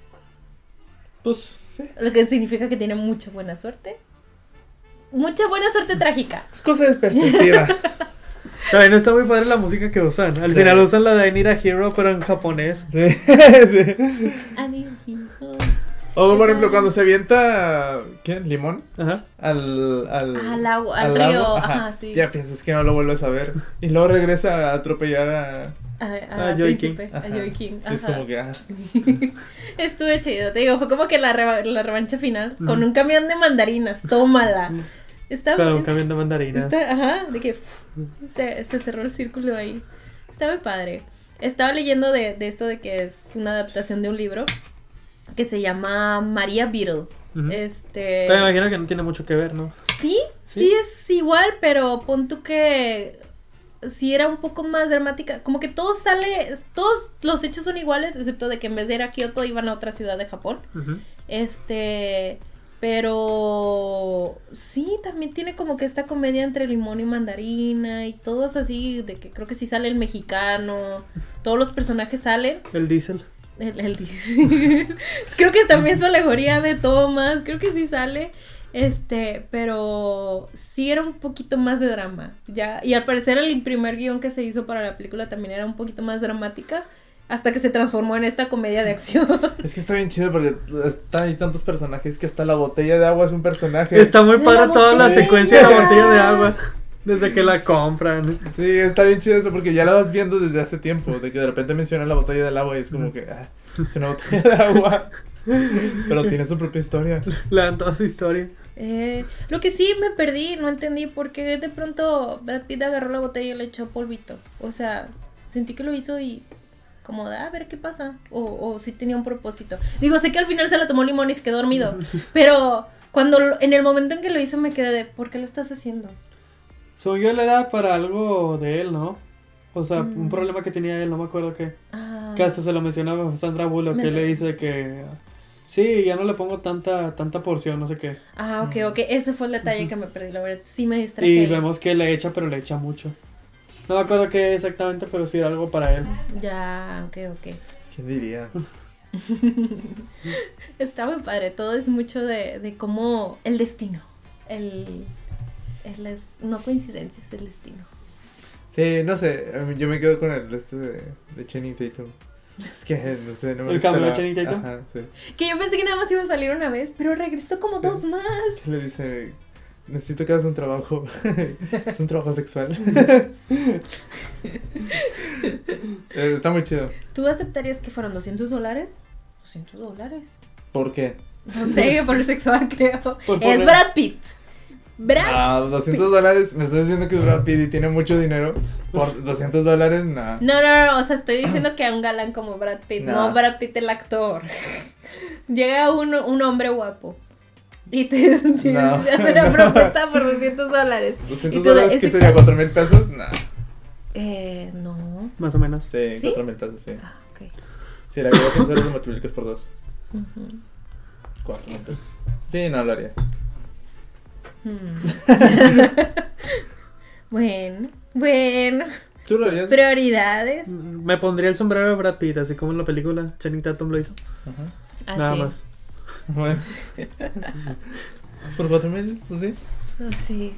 Pues, sí. Lo que significa que tiene mucha buena suerte. Mucha buena suerte trágica. Es cosa de perspectiva. También está muy padre la música que usan. Al Sí. final usan la de I Need a Hero, pero en japonés. Sí, sí. O por ejemplo, cuando se avienta, ¿quién? ¿Limón? Ajá. Al agua, al río, ajá, sí. Ya piensas que no lo vuelves a ver. Y luego regresa a atropellar a. A Joy príncipe, King. a Ajá. Joy King. Es Ajá. como que, Estuvo chido, te digo, fue como que la revancha final con un camión de mandarinas, tómala. Está Pero un bien. camión de mandarinas. Ajá, de que se cerró el círculo ahí. Está muy padre. Estaba leyendo de esto de que es una adaptación de un libro que se llama María Beetle. Ujú. Pero me Sí, imagino que no tiene mucho que ver, ¿no? sí es igual, pero pon tú que sí era un poco más dramática. Como que todos los hechos son iguales, excepto de que en vez de ir a Kioto iban a otra ciudad de Japón. Ujú. Pero sí, también tiene como que esta comedia entre limón y mandarina y todos así, de que creo que sí sale el mexicano, todos los personajes salen. El diésel. El dice. Creo que también su alegoría de Thomas, creo que sí sale. Pero sí era un poquito más de drama. Ya, y al parecer el primer guión que se hizo para la película también era un poquito más dramática. Hasta que se transformó en esta comedia de acción. es que está bien chido porque hay tantos personajes que hasta la botella de agua es un personaje. Está muy De padre la toda la botella. secuencia de la botella de agua. Desde que la compran. Sí, está bien chido eso porque ya la vas viendo desde hace tiempo. De que de repente mencionan la botella del agua y es como que, es una botella de agua. Pero tiene su propia historia. Le dan toda su historia. Lo que sí me perdí, no entendí por qué de pronto Brad Pitt agarró la botella y le echó polvito. O sea, sentí que lo hizo y como de, a ver qué pasa. O si tenía un propósito. Digo, sé que al final se la tomó limón y se quedó dormido. Pero en el momento en que lo hizo me quedé de, ¿por qué lo estás haciendo? Según yo, él era para algo de él, ¿no? O sea, un Mm. problema que tenía él, no me acuerdo qué. Ah, Que hasta se lo mencionaba a Sandra Bullock, que Me- él le dice que... Sí, ya no le pongo tanta porción, no sé qué. ok, ese fue el detalle que me perdí, la verdad, sí me distraje. Y ahí. vemos que le echa, pero le echa mucho. No me acuerdo qué exactamente, pero sí era algo para él. Ya, ok. ¿Quién diría? Está muy padre, todo es mucho de cómo el destino, no coincidencias, el destino. Sí, no sé, yo me quedo con el de Channing Tatum. Es que, no sé, no me ¿El cameo de esperaba. Channing Tatum? Ajá, sí. Que yo pensé que nada más iba a salir una vez, pero regresó como Sí. 2 más. Que le dice, necesito que hagas un trabajo. Es un trabajo sexual. Está muy chido. ¿Tú aceptarías que fueron $200? $200. ¿Por qué? No sé, por el sexual creo. Por Es poner- Brad Pitt. Brad Ah, $200, me estás diciendo que es Brad Pitt y tiene mucho dinero. Por $200, nah. No, o sea, estoy diciendo que a un galán como Brad Pitt, No. no Brad Pitt el actor. Llega un hombre guapo y te No. hace una propuesta por $200. $200, ¿qué sería? $4,000? Nah. No. Más o menos. Sí, ¿Sí? $4,000, sí. Ah, ok. Si la agregas un cero, lo multiplicas por 2. Ujú. $4,000. Sí, no lo haría. Bueno. ¿Tú lo harías? Prioridades. Me pondría el sombrero de Brad Pitt, así como en la película Channing Tatum lo hizo. Ajá. Nada Así. más. Bueno. ¿Por 4,000? Pues sí. Sí.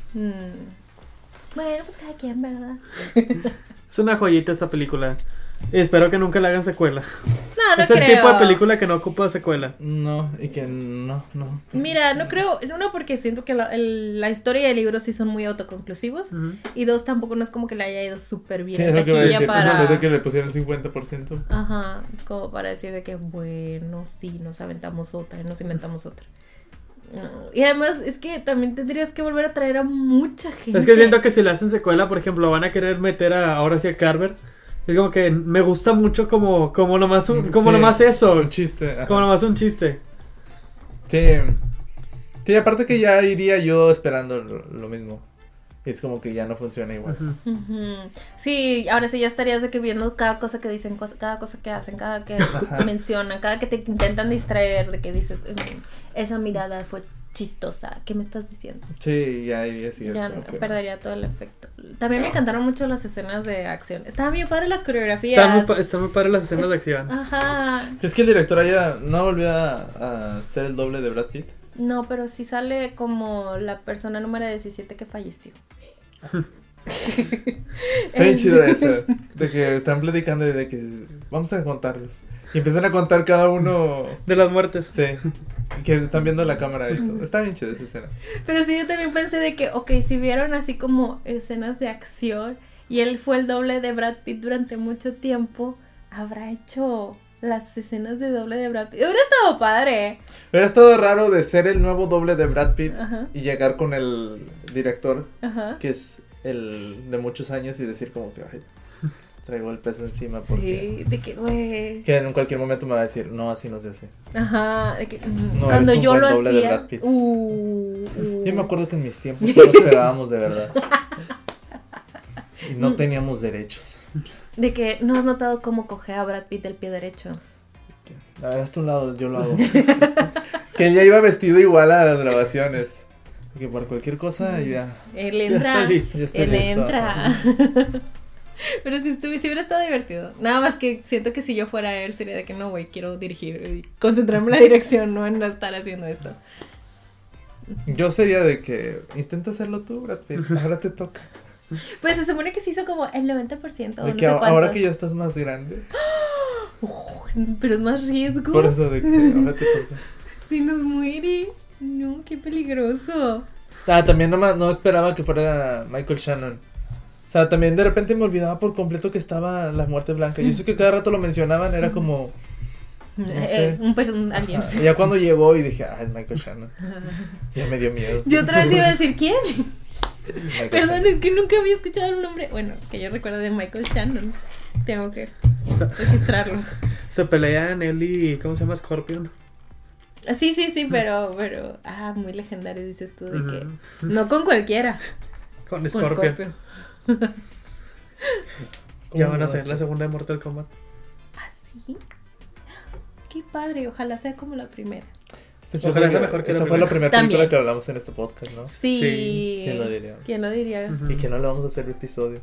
Bueno, pues cada quien, ¿verdad? Es una joyita esta película. Y espero que nunca le hagan secuela. No es el creo. tipo de película que no ocupa secuela. No, y que no. Mira, no creo, uno porque siento que la historia y el libro sí son muy autoconclusivos, Ujú. y dos, tampoco no es como que le haya ido súper bien Sí, en es lo que iba a taquilla decir. para... Después de que le pusieron el 50%. Ajá, como para decir de que, bueno, sí, nos aventamos otra, nos inventamos otra. No, y además es que también tendrías que volver a traer a mucha gente. Es que siento que si le hacen secuela, por ejemplo, van a querer meter ahora sí a Carver. Es como que me gusta mucho como nomás Sí, nomás eso. Un chiste. Ajá. Como nomás un chiste. Sí. Sí, aparte que ya iría yo esperando lo mismo. Y es como que ya no funciona igual. Ujú. Ujú. Sí, ahora sí ya estarías de que viendo cada cosa que dicen, cada cosa que hacen, cada que mencionan, cada que te intentan distraer, de que dices, esa mirada fue chistosa, ¿qué me estás diciendo? Sí, ya iría así. es Ya como que- perdería todo el efecto. También me encantaron mucho las escenas de acción. Estaban bien padres las coreografías. Están muy padres las escenas de acción. Ajá. Es que el director allá no volvió a ser el doble de Brad Pitt. No, pero sí sale como la persona número 17 que falleció. Está bien chido eso. De que están platicando y de que vamos a contarlos. Y empiezan a contar cada uno. De las muertes. Sí. Que están viendo la cámara y todo. Está bien chido esa escena. Pero sí, yo también pensé de que, ok, si vieron así como escenas de acción y él fue el doble de Brad Pitt durante mucho tiempo, habrá hecho las escenas de doble de Brad Pitt. Hubiera estado padre. Hubiera estado raro de ser el nuevo doble de Brad Pitt Ajá. y llegar con el director, Ajá. que es el de muchos años, y decir como que, ay, traigo el peso encima porque... Sí, de que, güey. Que en cualquier momento me va a decir, no, así no se hace. Ajá, de que No, cuando eres un yo buen lo doble de hacía. Brad Pitt. Yo Yo me acuerdo que en mis tiempos no nos pegábamos de verdad. Y no teníamos derechos. De que no has notado cómo coge a Brad Pitt del pie derecho. A ver, hasta un lado, yo lo hago. Que ella iba vestido igual a las grabaciones. Que por cualquier cosa ya. Él Ya entra. está listo. Ya estoy Él listo. entra. Pero si hubiera estado divertido. Nada más que siento que si yo fuera él sería de que no, güey, quiero dirigir y concentrarme en la dirección, no en no estar haciendo esto. Yo sería de que intenta hacerlo tú, Brad Pitt. Ahora te toca. Pues se supone que se hizo como el 90%. De no que sé ahora cuánto. que ya estás más grande. Pero es más riesgo. Por eso de que ahora te toca. Si nos muere. No, qué peligroso. Ah, también no esperaba que fuera Michael Shannon. O sea, también de repente me olvidaba por completo que estaba la muerte blanca. Y eso que cada rato lo mencionaban era como... No sé. Un alien. Ajá. Y ya cuando llegó y dije, es Michael Shannon. Ya me dio miedo. Yo otra vez iba a decir, ¿quién? Michael Perdón, Shannon. es que nunca había escuchado el nombre. Bueno, que yo recuerdo de Michael Shannon. Tengo que Se, registrarlo. se pelean él y... ¿Cómo se llama? Scorpion. Sí, pero... muy legendario dices tú, de que... Ujú. No con cualquiera. Con Con Scorpion. Scorpio. Ya ¿Cómo van a va hacer a la ser? segunda de Mortal Kombat. ¿Ah, sí? Qué padre, ojalá sea como la primera. Ojalá sea mejor que esa la fue la primera. primera También. película que hablamos en este podcast, ¿no? Sí. Sí. ¿Quién lo diría? ¿Quién lo diría? Ujú. Y que no le vamos a hacer episodio.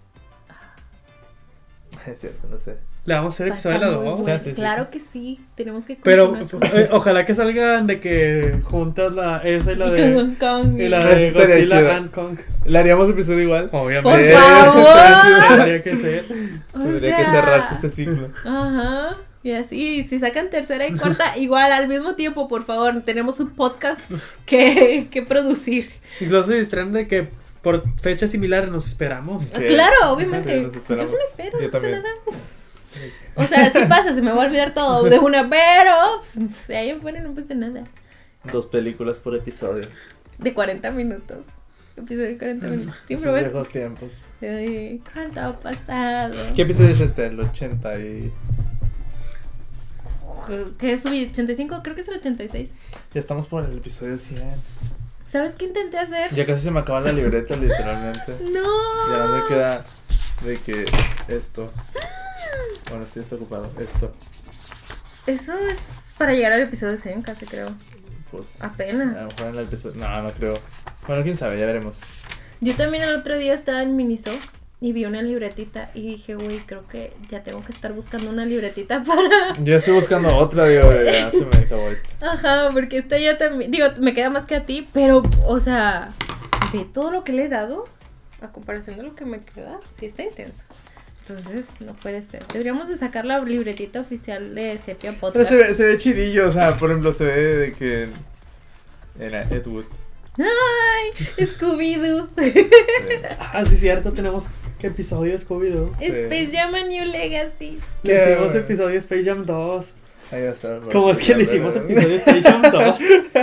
Es cierto, no sé. Le vamos a hacer Va a episodio de estar la muy 2. bueno. Sí, sí, Claro sí. que sí, tenemos que Pero continuar con- ojalá que salgan de que juntas esa y la Y de. con Kong. Y la Eso de estaría chido. Godzilla and Kong. ¿Le haríamos episodio igual? Obviamente. ¡Por favor! Tendría que ser. O Tendría que sea, cerrarse ese ciclo. Ajá. Y así, si sacan tercera y cuarta, igual al mismo tiempo, por favor, tenemos un podcast que producir. Incluso si estrenan de que por fechas similares nos esperamos. Sí. Claro, obviamente. Sí, nos Yo esperamos. sí me espero, Yo no pasa también. nada. O sea, si pasa, se me va a olvidar todo de una, pero pues, de ahí afuera no pasa nada. 2 películas por episodio. De 40 minutos. Episodio de 40 minutos. Siempre Esos voy viejos tiempos. Ay, ¿cuánto ha pasado? ¿Qué episodio es este? El 80 y... ¿Qué subí? ¿85? Creo que es el 86. Ya estamos por el episodio 100. ¿Sabes qué intenté hacer? Ya casi se me acaba la libreta, literalmente. No. Ya no me queda de que esto. Bueno, estoy ocupado. Esto. Eso es para llegar al episodio 100, casi creo. Pues. Apenas. A lo mejor en el episodio. No, no creo. Bueno, quién sabe, ya veremos. Yo también el otro día estaba en Miniso y vi una libretita y dije, güey, creo que ya tengo que estar buscando una libretita para... Yo estoy buscando otra, digo, ya se me acabó esta. Ajá, porque esta ya también... Digo, me queda más que a ti, pero, o sea, ve todo lo que le he dado a comparación de lo que me queda. Sí está intenso. Entonces, no puede ser. Deberíamos de sacar la libretita oficial de Sepia Pero Podcast. se ve chidillo, o sea, por ejemplo, se ve de que. Era Ed Wood. ¡Ay! Scooby-Doo. Ah, sí, cierto, tenemos que episodio de Scooby-Doo. Space Jam A New Legacy. Le Qué hicimos bueno. episodio de Space Jam 2. Ahí va a estar. ¿Cómo es que le hicimos episodio de Space Jam 2?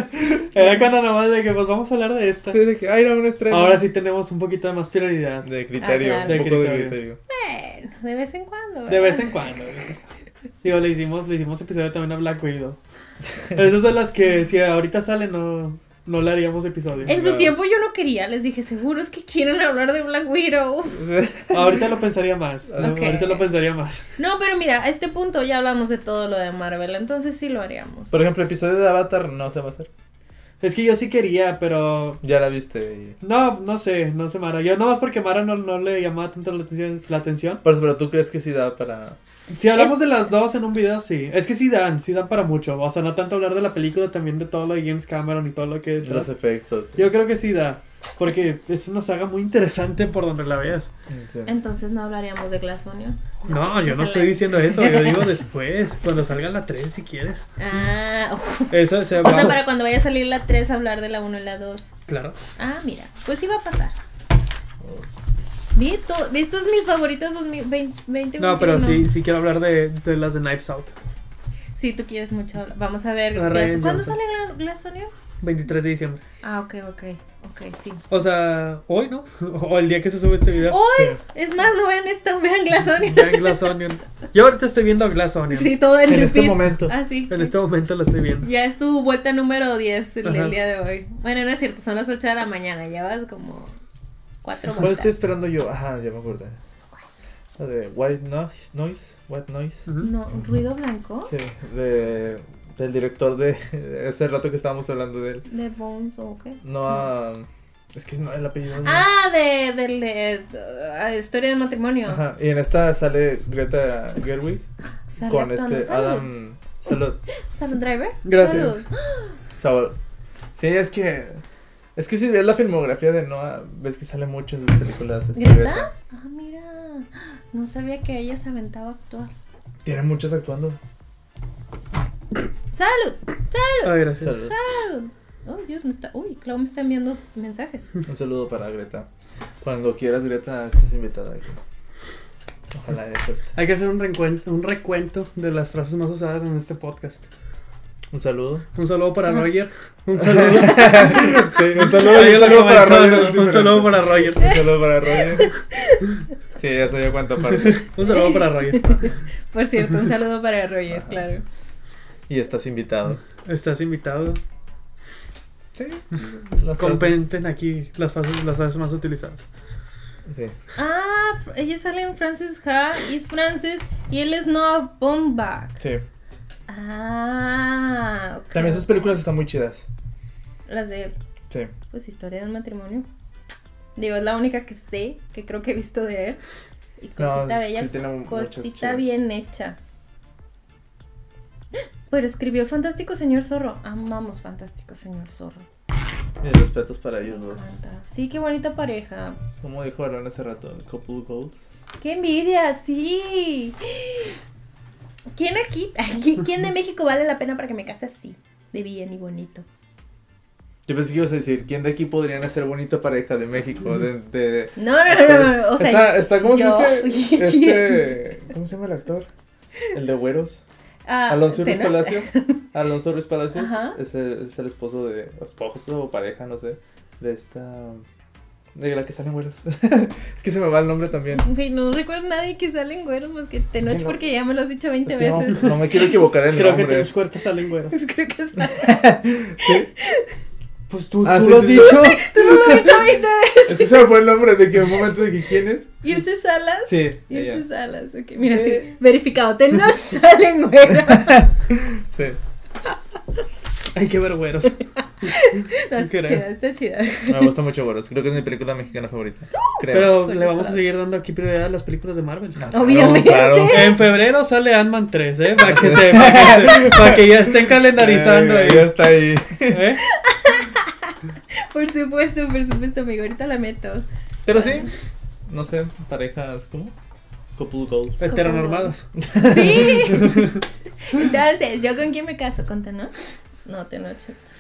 Era cuando nomás de que pues vamos a hablar de esta. Sí, de que, ay, era un estreno. Ahora sí tenemos un poquito de más prioridad. De criterio, Ah, claro. un poco De de criterio. criterio. Bueno, de vez en cuando. De vez en cuando. Digo, le hicimos episodio también a Black Widow. Esas son las que si ahorita salen no le haríamos episodio. En su No. tiempo yo no quería, les dije, seguro es que quieren hablar de Black Widow. Ahorita lo pensaría más. Ok. Ahorita lo pensaría más. No, pero mira, a este punto ya hablamos de todo lo de Marvel, entonces sí lo haríamos. Por ejemplo, el episodio de Avatar no se va a hacer. Es que yo sí quería, pero Ya la viste. Y... no sé Mara. Yo nomás porque Mara no le llamaba tanto la atención. Por eso, pero tú crees que sí da para. Si hablamos de las dos en un video, sí. Es que sí dan para mucho. O sea, no tanto hablar de la película, también de todo lo de James Cameron y todo lo que es. Los efectos. Yo creo que sí da. Porque es una saga muy interesante por donde la veas. Entiendo. Entonces no hablaríamos de Glass Onion. No, yo no sale- estoy diciendo eso. Yo digo después. Cuando salga la 3, si quieres. Ah, Esa se o va. sea, para cuando vaya a salir la 3 hablar de la 1 y la 2. Claro. Ah, mira, pues sí va a pasar. Vi estos mis favoritos 2020. No, pero sí quiero hablar de las de Knives Out. Sí, tú quieres mucho hablar. Vamos a ver. La Ryan ¿Cuándo Johnson. sale Glass Onion? 23 de diciembre. Ah, ok, sí. O sea, hoy, ¿no? O el día que se sube este video. ¡Hoy! Es más, no vean esto, vean Glass Onion. Vean Glass Onion. Yo ahorita estoy viendo Glass Onion. Sí, todo en En este repeat. momento. Ah, sí. En este momento lo estoy viendo. Ya es tu vuelta número 10 el Ajá. día de hoy. Bueno, no es cierto, son las 8 de la mañana. Ya vas como 4 ¿Cuál vueltas. estoy esperando yo? Ajá, ya me acordé. La de White Noise. Ujú. No, ruido blanco. Sí, del director de ese rato que estábamos hablando de él. ¿De Bones o qué? No, es que no, el apellido no. Ah, de historia de matrimonio. Ajá, y en esta sale Greta Gerwig Sale con actuando, este salud. Adam Salud. ¿Salud Driver? Gracias. Salud. Sí, es que si ves la filmografía de Noah, ves que sale mucho en sus películas. ¿Greta? Ah, mira. No sabía que ella se aventaba a actuar. Tiene muchos actuando. ¡Salud! Ay, gracias. Salud. ¡Salud! Oh, Dios, Clau me está enviando mensajes. Un saludo para Greta. Cuando quieras, Greta, estás invitada aquí. Ojalá haya suerte. Hay que hacer un recuento de las frases más usadas en este podcast. Un saludo. Un saludo para Roger. Un saludo. Sí, un saludo, Ahí un lo saludo para comentó, Roger. ¿no? es Un diferente. saludo para Roger. Un saludo para Roger. Sí, ya se dio cuenta aparte. Un saludo para Roger. Por cierto, un saludo para Roger, claro. Y estás invitado. Estás invitado. Sí. Compenten aquí las frases más utilizadas. Sí. Ah, ella sale en Frances Ha y es Frances y él es Noah Baumbach. Sí. Ah, ok. También sus películas están muy chidas. Las de él. Sí. Pues Historia del matrimonio. Digo, es la única que sé, que creo que he visto de él. Y cosita bella, sí tiene muchas cosita chidas. bien hecha. Pero escribió el Fantástico Señor Zorro. Amamos Fantástico Señor Zorro. Mis respetos para ellos Me dos. encanta. Sí, qué bonita pareja. Como dijo Aaron hace rato, couple goals. ¡Qué envidia! ¡Sí! ¿Quién aquí? ¿Quién de México vale la pena para que me case así? De bien y bonito. Yo pensé que ibas a decir, ¿quién de aquí podrían hacer bonita pareja de México? No, o sea, está ¿cómo yo. se dice? ¿Cómo se llama el actor? El de Güeros. Alonso Ruiz Tenoch. Palacio. Alonso Ruiz Palacios. Ajá. Es el esposo o pareja, no sé. De la que sale en Güeros. Es que se me va el nombre también. Güey, no recuerdo a nadie que sale en güeros más que Tenoch, Es que no. porque ya me lo has dicho 20 Es que veces. no me quiero equivocar en el Creo que nombre. tus cuerpos salen güeros. Creo que es. ¿Sí? Pues tú Ah, lo sí, has sí, dicho. sí. Tú no lo has dicho 20 veces. Ese se me fue el nombre de que un momento de que quién es. Irse Salas. Sí, Irse ella. Salas, ok. Mira, sí. Sí. Verificado. Tenoch sale en güeros. Sí. Hay que ver güeros. No, está Creo. chida, está chida. Me gusta mucho Güeros. Creo que es mi película mexicana favorita. Creo. Pero Con le las vamos a palabras. seguir dando aquí prioridad a las películas de Marvel. Obviamente. Claro. En febrero sale Ant-Man 3, para que para que ya estén calendarizando ahí. Ya está ahí. ¿Eh? Por supuesto, amigo. Ahorita la meto. Pero sí, no sé, parejas, ¿cómo? Couple goals. Heteronormadas. Sí. Entonces, ¿yo con quién me caso? ¿Con Tenoch? No, Tenoch.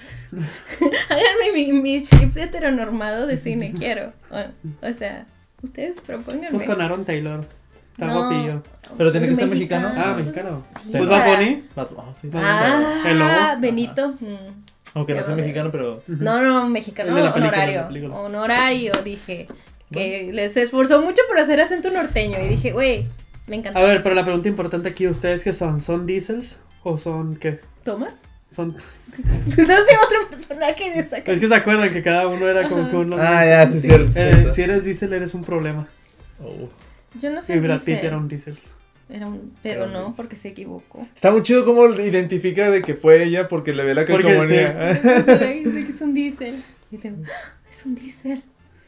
Háganme mi chip heteronormado de cine, quiero. O sea, ustedes propónganme. Pues con Aaron Taylor. Está No, guapillo. Pero tiene que ser mexicano. Ah, mexicano. Sí, Pues para- Bad Bunny. Sí, El lobo. Benito. aunque no sea Qué mexicano, pero No, mexicano, El de la película, honorario. de la película. Honorario, dije. Que les esforzó mucho por hacer acento norteño. Y dije, güey, me encanta. A ver, pero la pregunta importante aquí, ¿ustedes qué son? ¿Son diesels o son qué? ¿Tomas? Son... No sé, otro personaje de esa Es que se acuerdan que cada uno era como que uno... ya, sí, cierto. Si eres diesel eres un problema. Oh. Yo no sé. Y Brad Pitt era un diesel. Pero Era no, un- porque se equivocó. Está muy chido cómo identifica de que fue ella porque le ve la Porque calcomanía. Dice que es un diésel. Dicen, es un diésel.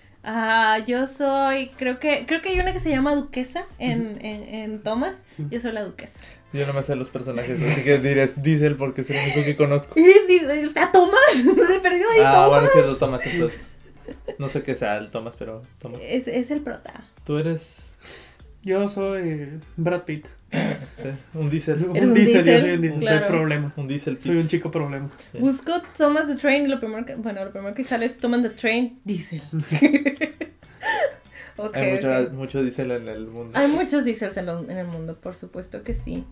Yo soy, creo que hay una que se llama Duquesa en Thomas. Yo soy la Duquesa. Yo no me sé los personajes, así que dirás Diesel porque es el único que conozco. ¿Está Thomas? No he perdido ahí Ah, Thomas. bueno, es cierto, Thomas, entonces. No sé qué sea el Thomas, pero Thomas. Es el prota. Tú eres Yo soy Brad Pitt. sí, un Diesel. Eres un Yo diesel, soy un diesel, claro. soy problema. Un Diesel Pit. Soy un chico problema. Sí. Busco Thomas the Train y lo primero que sale es Thomas the Train, diésel. Okay, Hay ok. mucho Diesel en el mundo. Hay muchos diesels en el mundo, por supuesto que sí.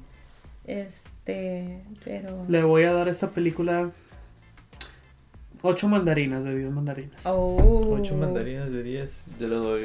Pero... Le voy a dar a esta película 8 mandarinas de 10 mandarinas. 8 mandarinas de 10, yo le doy.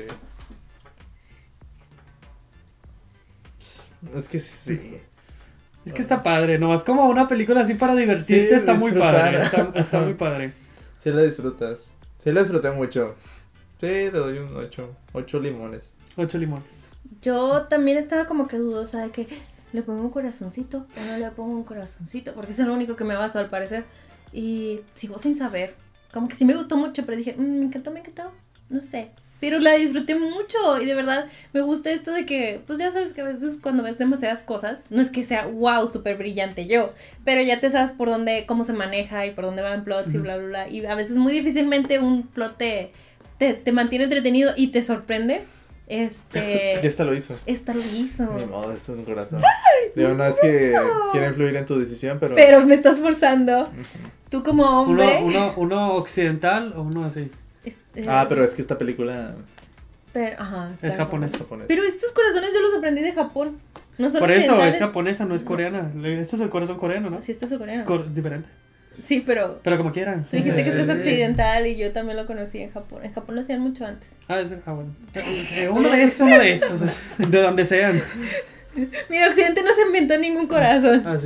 Es que sí. Es que está padre, nomás como una película así para divertirte, Sí, está muy disfrutar. padre, está muy padre. Sí la disfrutas. Sí la disfruté mucho. Sí, le doy un 8. 8 limones. 8 limones. Yo también estaba como que dudosa de que le pongo un corazoncito o no le pongo un corazoncito, porque es lo único que me basa al parecer. Y sigo sin saber. Como que sí me gustó mucho, pero dije, me encantó, no sé. Pero la disfruté mucho y de verdad me gusta esto de que, pues ya sabes que a veces cuando ves demasiadas cosas, no es que sea wow, súper brillante yo, pero ya te sabes por dónde, cómo se maneja y por dónde van plots y bla, bla, bla. Y a veces muy difícilmente un plot te mantiene entretenido y te sorprende. Ya esta lo hizo. Esta lo hizo. Ni modo, es un corazón. Digo, no es que quiera influir en tu decisión, pero. Pero me estás forzando. Tú como hombre. Uno occidental o uno así. Pero es que esta película Ajá, está Es en japonés. es japonesa. Pero estos corazones yo los aprendí de Japón. No son Por eso es occidentales. japonesa, no es coreana. Este es el corazón coreano, ¿no? Sí, este es el coreano. Es diferente. Sí, pero Pero como quieran. tú dijiste que este es Sí. occidental y yo también lo conocí en Japón. En Japón lo hacían mucho antes. Bueno. Uno de estos, de donde sean. Mira, Occidente no se inventó ningún corazón. Así.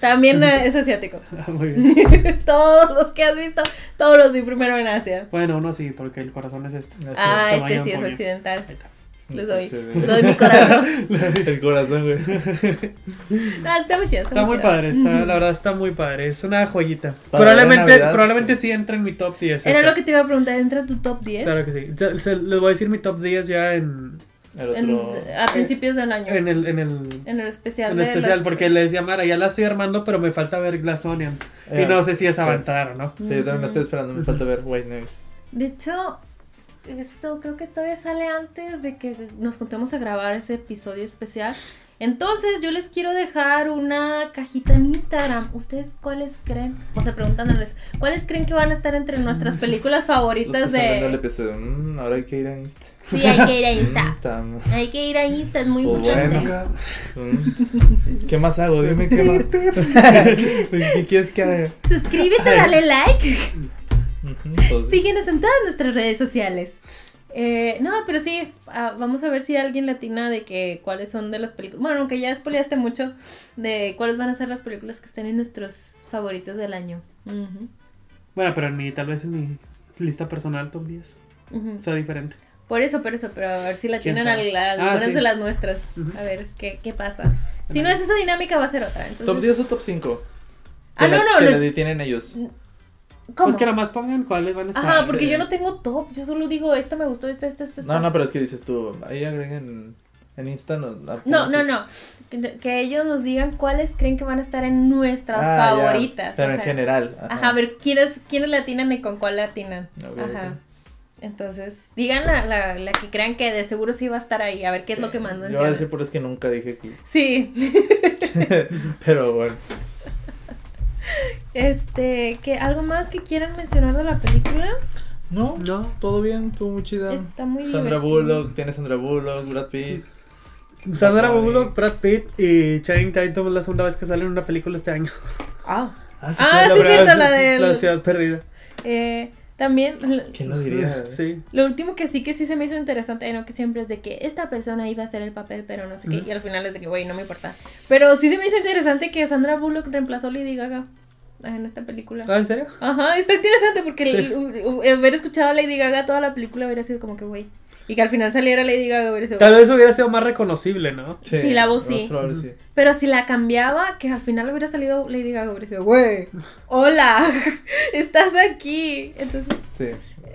También es asiático. Muy bien. Todos los que has visto, todos los vi primero en Asia. Bueno, uno sí, porque el corazón es esto. Ah, Tamaño este sí de es puño. occidental. Ahí está. Les doy. Sí, Les doy mi corazón. El corazón, güey. Ah, está muy chido. Está muy chido. padre, la verdad está muy padre. Es una joyita. Para Probablemente, Navidad, probablemente sí. sí entra en mi top 10. Era esta. lo que te iba a preguntar, ¿entra en tu top 10? Claro que sí. Les voy a decir mi top 10 ya en El otro. A principios del año. el En el especial. el de especial, las- porque les decía Mara, ya la estoy armando, pero me falta ver Glass Onion. Y no sé si esa va a entrar o no. Sí, yo también la estoy esperando, me falta ver White Noise. De hecho, esto creo que todavía sale antes de que nos juntemos a grabar ese episodio especial. Entonces, yo les quiero dejar una cajita en Instagram. ¿Ustedes cuáles creen? O sea, preguntándoles, ¿cuáles creen que van a estar entre nuestras películas Los que favoritas están viendo el de...? episodio, ahora hay que ir a Insta. Sí, hay que ir a Insta. Tamo. Hay que ir a Insta, es muy Pues importante. bueno. ¿Qué más hago? Dime qué más. ¿Qué quieres que haga? Suscríbete, dale like. Pues, Síguenos en todas nuestras redes sociales. No, pero sí, vamos a ver si alguien latina de que cuáles son de las películas. Bueno, aunque ya spoileaste mucho de cuáles van a ser las películas que estén en nuestros favoritos del año. Ujú, Bueno, pero tal vez en mi lista personal top 10 ujú. sea diferente. Por eso, pero a ver si latinan sabe? algunas Sí. de las nuestras. Ujú. A ver qué pasa. Si no es esa dinámica, va a ser otra. Entonces... ¿Top 10 o top 5? Ah, no, Que no. le tienen ellos. ¿Cómo? Pues que nada más pongan cuáles van a estar. Ajá, porque Sí. yo no tengo top. Yo solo digo, esta me gustó, esta. No, pero es que dices tú, ahí agreguen en Insta. No, No. Que ellos nos digan cuáles creen que van a estar en nuestras favoritas. Pero o en sea, general. Ajá, a ver, ¿quiénes latinan y con cuál latinan? Ok, Ajá. ok. Entonces, digan la que crean que de seguro sí va a estar ahí, a ver qué es lo que mandan. Yo voy a decir, pero es que nunca dije aquí. Sí. Pero bueno. ¿Que algo más que quieran mencionar de la película? No, No. todo bien, estuvo muy chida. Está muy Sandra divertido. Bullock, tiene Sandra Bullock, Brad Pitt. Sandra Bad Bunny. Bullock, Brad Pitt y Channing Tatum es la segunda vez que salen en una película este año. Ah, Ah, sí, es cierto, la del... La ciudad perdida. También, ¿Quién lo diría? Sí. lo último que sí se me hizo interesante, ¿no? Que siempre es de que esta persona iba a hacer el papel, pero no sé qué, y al final es de que, güey, no me importa. Pero sí se me hizo interesante que Sandra Bullock reemplazó a Lady Gaga en esta película. ¿Ah, en serio? Ajá, está interesante porque Sí. haber escuchado a Lady Gaga toda la película hubiera sido como que, güey. Y que al final saliera Lady Gaga hubiera sido... Tal vez hubiera sido más reconocible, ¿no? Sí, la voz lo más sí. probable sí. Pero si la cambiaba, que al final hubiera salido Lady Gaga hubiera sido, güey, hola, estás aquí. Entonces, Sí.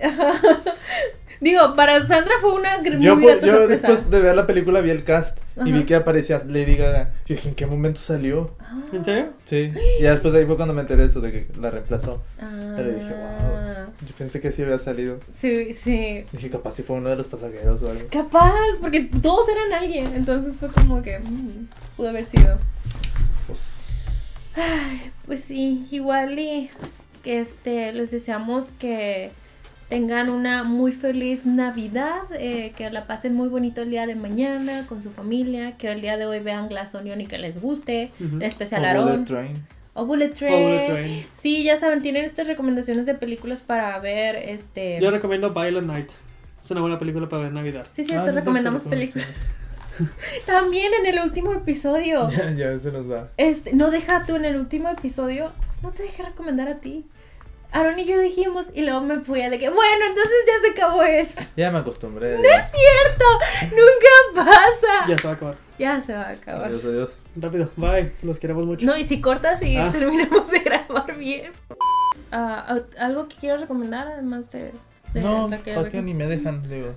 digo, para Sandra fue una muy Yo grata sorpresa. después de ver la película vi el cast y Ajá. vi que aparecía Lady Gaga. Yo dije, ¿en qué momento salió? ¿En serio? Sí. Y ya después ahí fue cuando me enteré eso de que la reemplazó. Ah, Pero dije, wow. Yo pensé que sí había salido. Sí. Dije, capaz si fue uno de los pasajeros o algo. Capaz, porque todos eran alguien. Entonces fue como que pudo haber sido. Pues, Pues sí, igual y que les deseamos que tengan una muy feliz Navidad, que la pasen muy bonito el día de mañana con su familia, que el día de hoy vean Glass Onion y que les guste, Ujú. en especial o Aarón. Bullet Train. O Bullet Train. O Bullet Train. Sí, ya saben, tienen estas recomendaciones de películas para ver, Yo recomiendo Violent Night. Es una buena película para ver en Navidad. Sí, cierto, Ah, sí, recomendamos cierto, películas. También en el último episodio. Ya se nos va. No, deja tú, en el último episodio, no te dejé recomendar a ti. Aaron y yo dijimos, y luego me fui a de que, bueno, entonces ya se acabó esto. Ya me acostumbré. ¡No es cierto! ¡Nunca pasa! Ya se va a acabar. Ya se va a acabar. Adiós, adiós. Rápido, bye. Los queremos mucho. No, y si cortas y Ah. terminamos de grabar bien. ¿Algo que quieras recomendar además de No, la que ¿para qué ni me dejan? Digo.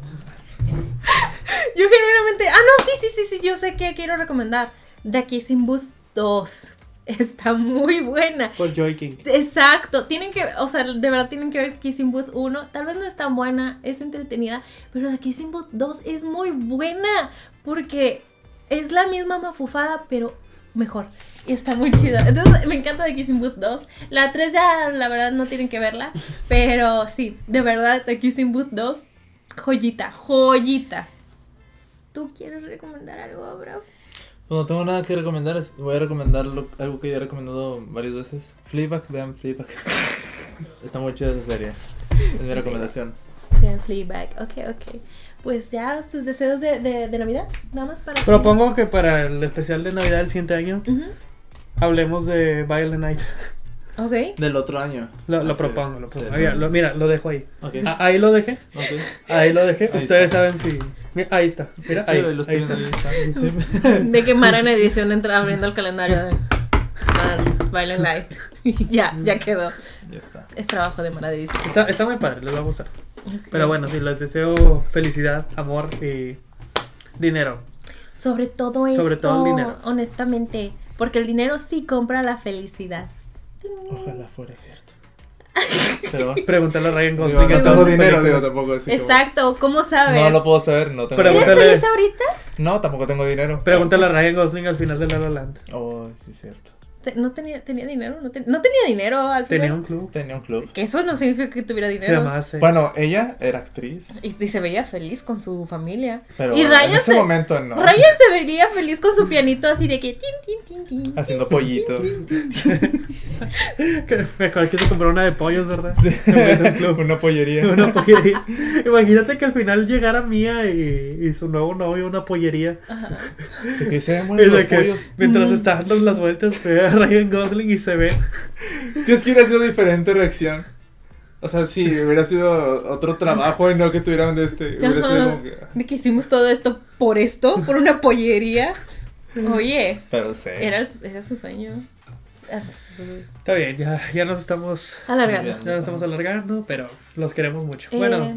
Yo genuinamente... no, sí, yo sé que quiero recomendar. The Kissing Booth 2. Está muy buena. Por Joy King. Exacto, tienen que, o sea, de verdad tienen que ver Kissing Booth 1, tal vez no es tan buena, es entretenida, pero The Kissing Booth 2 es muy buena, porque es la misma mafufada, pero mejor, y está muy chida. Entonces me encanta The Kissing Booth 2, la 3 ya la verdad no tienen que verla, pero sí, de verdad The Kissing Booth 2, joyita. ¿Tú quieres recomendar algo, Abraham? Pues no tengo nada que recomendar, voy a recomendar algo que ya he recomendado varias veces. Fleabag, vean Fleabag. Está muy chida esa serie. Es mi recomendación. Vean Fleabag, ok. Pues ya, tus deseos de Navidad, nada más para... Propongo que para el especial de Navidad del siguiente año Ujú. hablemos de Violent Night. Ok. Del otro año. Lo Ah, propongo, sí. lo propongo. Sí. Mira, lo dejo ahí. Ok. Ahí lo dejé. Ok. Ahí lo dejé. Ahí Ustedes está. saben si. Mira, ahí está. Mira, ahí, Sí, lo estoy ahí viendo, está. ahí está. Sí. De que Mara en edición entra abriendo el calendario de Violent Light. Ya quedó. Ya está. Es trabajo de Mara de edición. Está muy padre, les va a gustar. Pero bueno, sí, les deseo felicidad, amor y dinero. Sobre todo esto, Sobre todo el dinero. honestamente, porque el dinero sí compra la felicidad. Ojalá fuera cierto. Pero Pregúntale a Ryan digo, Gosling. no a todas tengo las dinero, películas. digo, tampoco así como- Exacto, ¿cómo sabes? No lo puedo saber, no tengo Pero ¿Eres pregúntale- feliz ahorita? No, tampoco tengo dinero. Pregúntale a Ryan Gosling al final de La La Land. Oh, sí es cierto. ¿No tenía dinero? ¿No tenía dinero al final? Tenía un club. Tenía un club. Que eso no significa que tuviera Se dinero. llamaba Sex. Bueno, ella era actriz, Y se veía feliz con su familia. pero y en Ryan ese se, momento no. Ryan se vería feliz con su pianito así de que tin, tin, tin, tin. Haciendo pollitos. Mejor que se compró una de pollos, ¿verdad? En vez de un club. Una pollería. Una pollería. Imagínate que al final llegara Mía y su nuevo novio a una pollería. Que se Y mueren los de que pollos. mientras está dando las vueltas ve a Ryan Gosling y se ve. Yo es que hubiera sido diferente reacción. O sea, sí, hubiera sido otro trabajo y no que tuvieran de este. Hubiera Ajá. sido como que. De que hicimos todo esto, por una pollería. Oye, Pero sí. era su sueño. Está bien, ya nos estamos. Alargando. Ya nos estamos alargando, pero los queremos mucho. Eh. Bueno,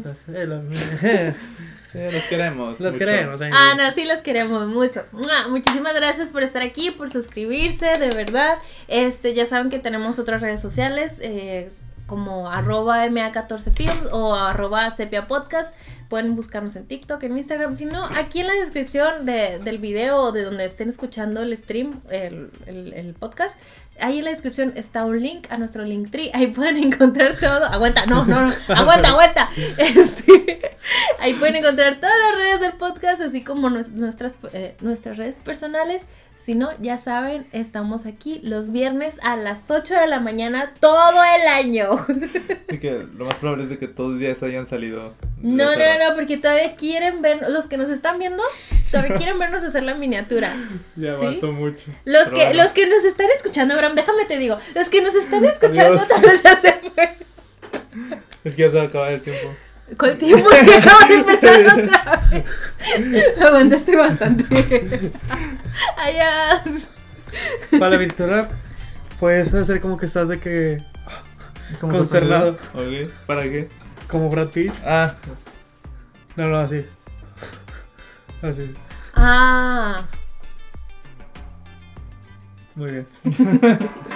Sí, los queremos. los mucho. queremos. Ana, sí los queremos mucho. ¡Mua! Muchísimas gracias por estar aquí, por suscribirse, de verdad. Ya saben que tenemos otras redes sociales, como @MA14films o @sepiapodcast. Pueden buscarnos en TikTok, en Instagram. Si no, aquí en la descripción del video o de donde estén escuchando el stream, el podcast, ahí en la descripción está un link a nuestro Linktree. Ahí pueden encontrar todo. Aguanta, no. Aguanta. Ahí pueden encontrar todas las redes del podcast, así como nuestras redes personales. Si no, ya saben, estamos aquí los viernes a las 8 de la mañana todo el año. Así que lo más probable es de que todos los días hayan salido. No, porque todavía quieren ver, los que nos están viendo, todavía quieren vernos hacer la miniatura. Ya ¿Sí? aguanto mucho. Los Pero que bueno. nos están escuchando, Abraham, déjame te digo, los que nos están escuchando Adiós. tal vez ya se fue. Es que ya se va a acabar el tiempo. Con el tiempo se acaba de empezar otra vez. Me aguantaste bastante. Adiós. Para la victoria, puedes hacer como que estás de que. Consternado. Ok, ¿para qué? Como Brad Pitt. Ah, No, así. Así. Ah. Muy bien.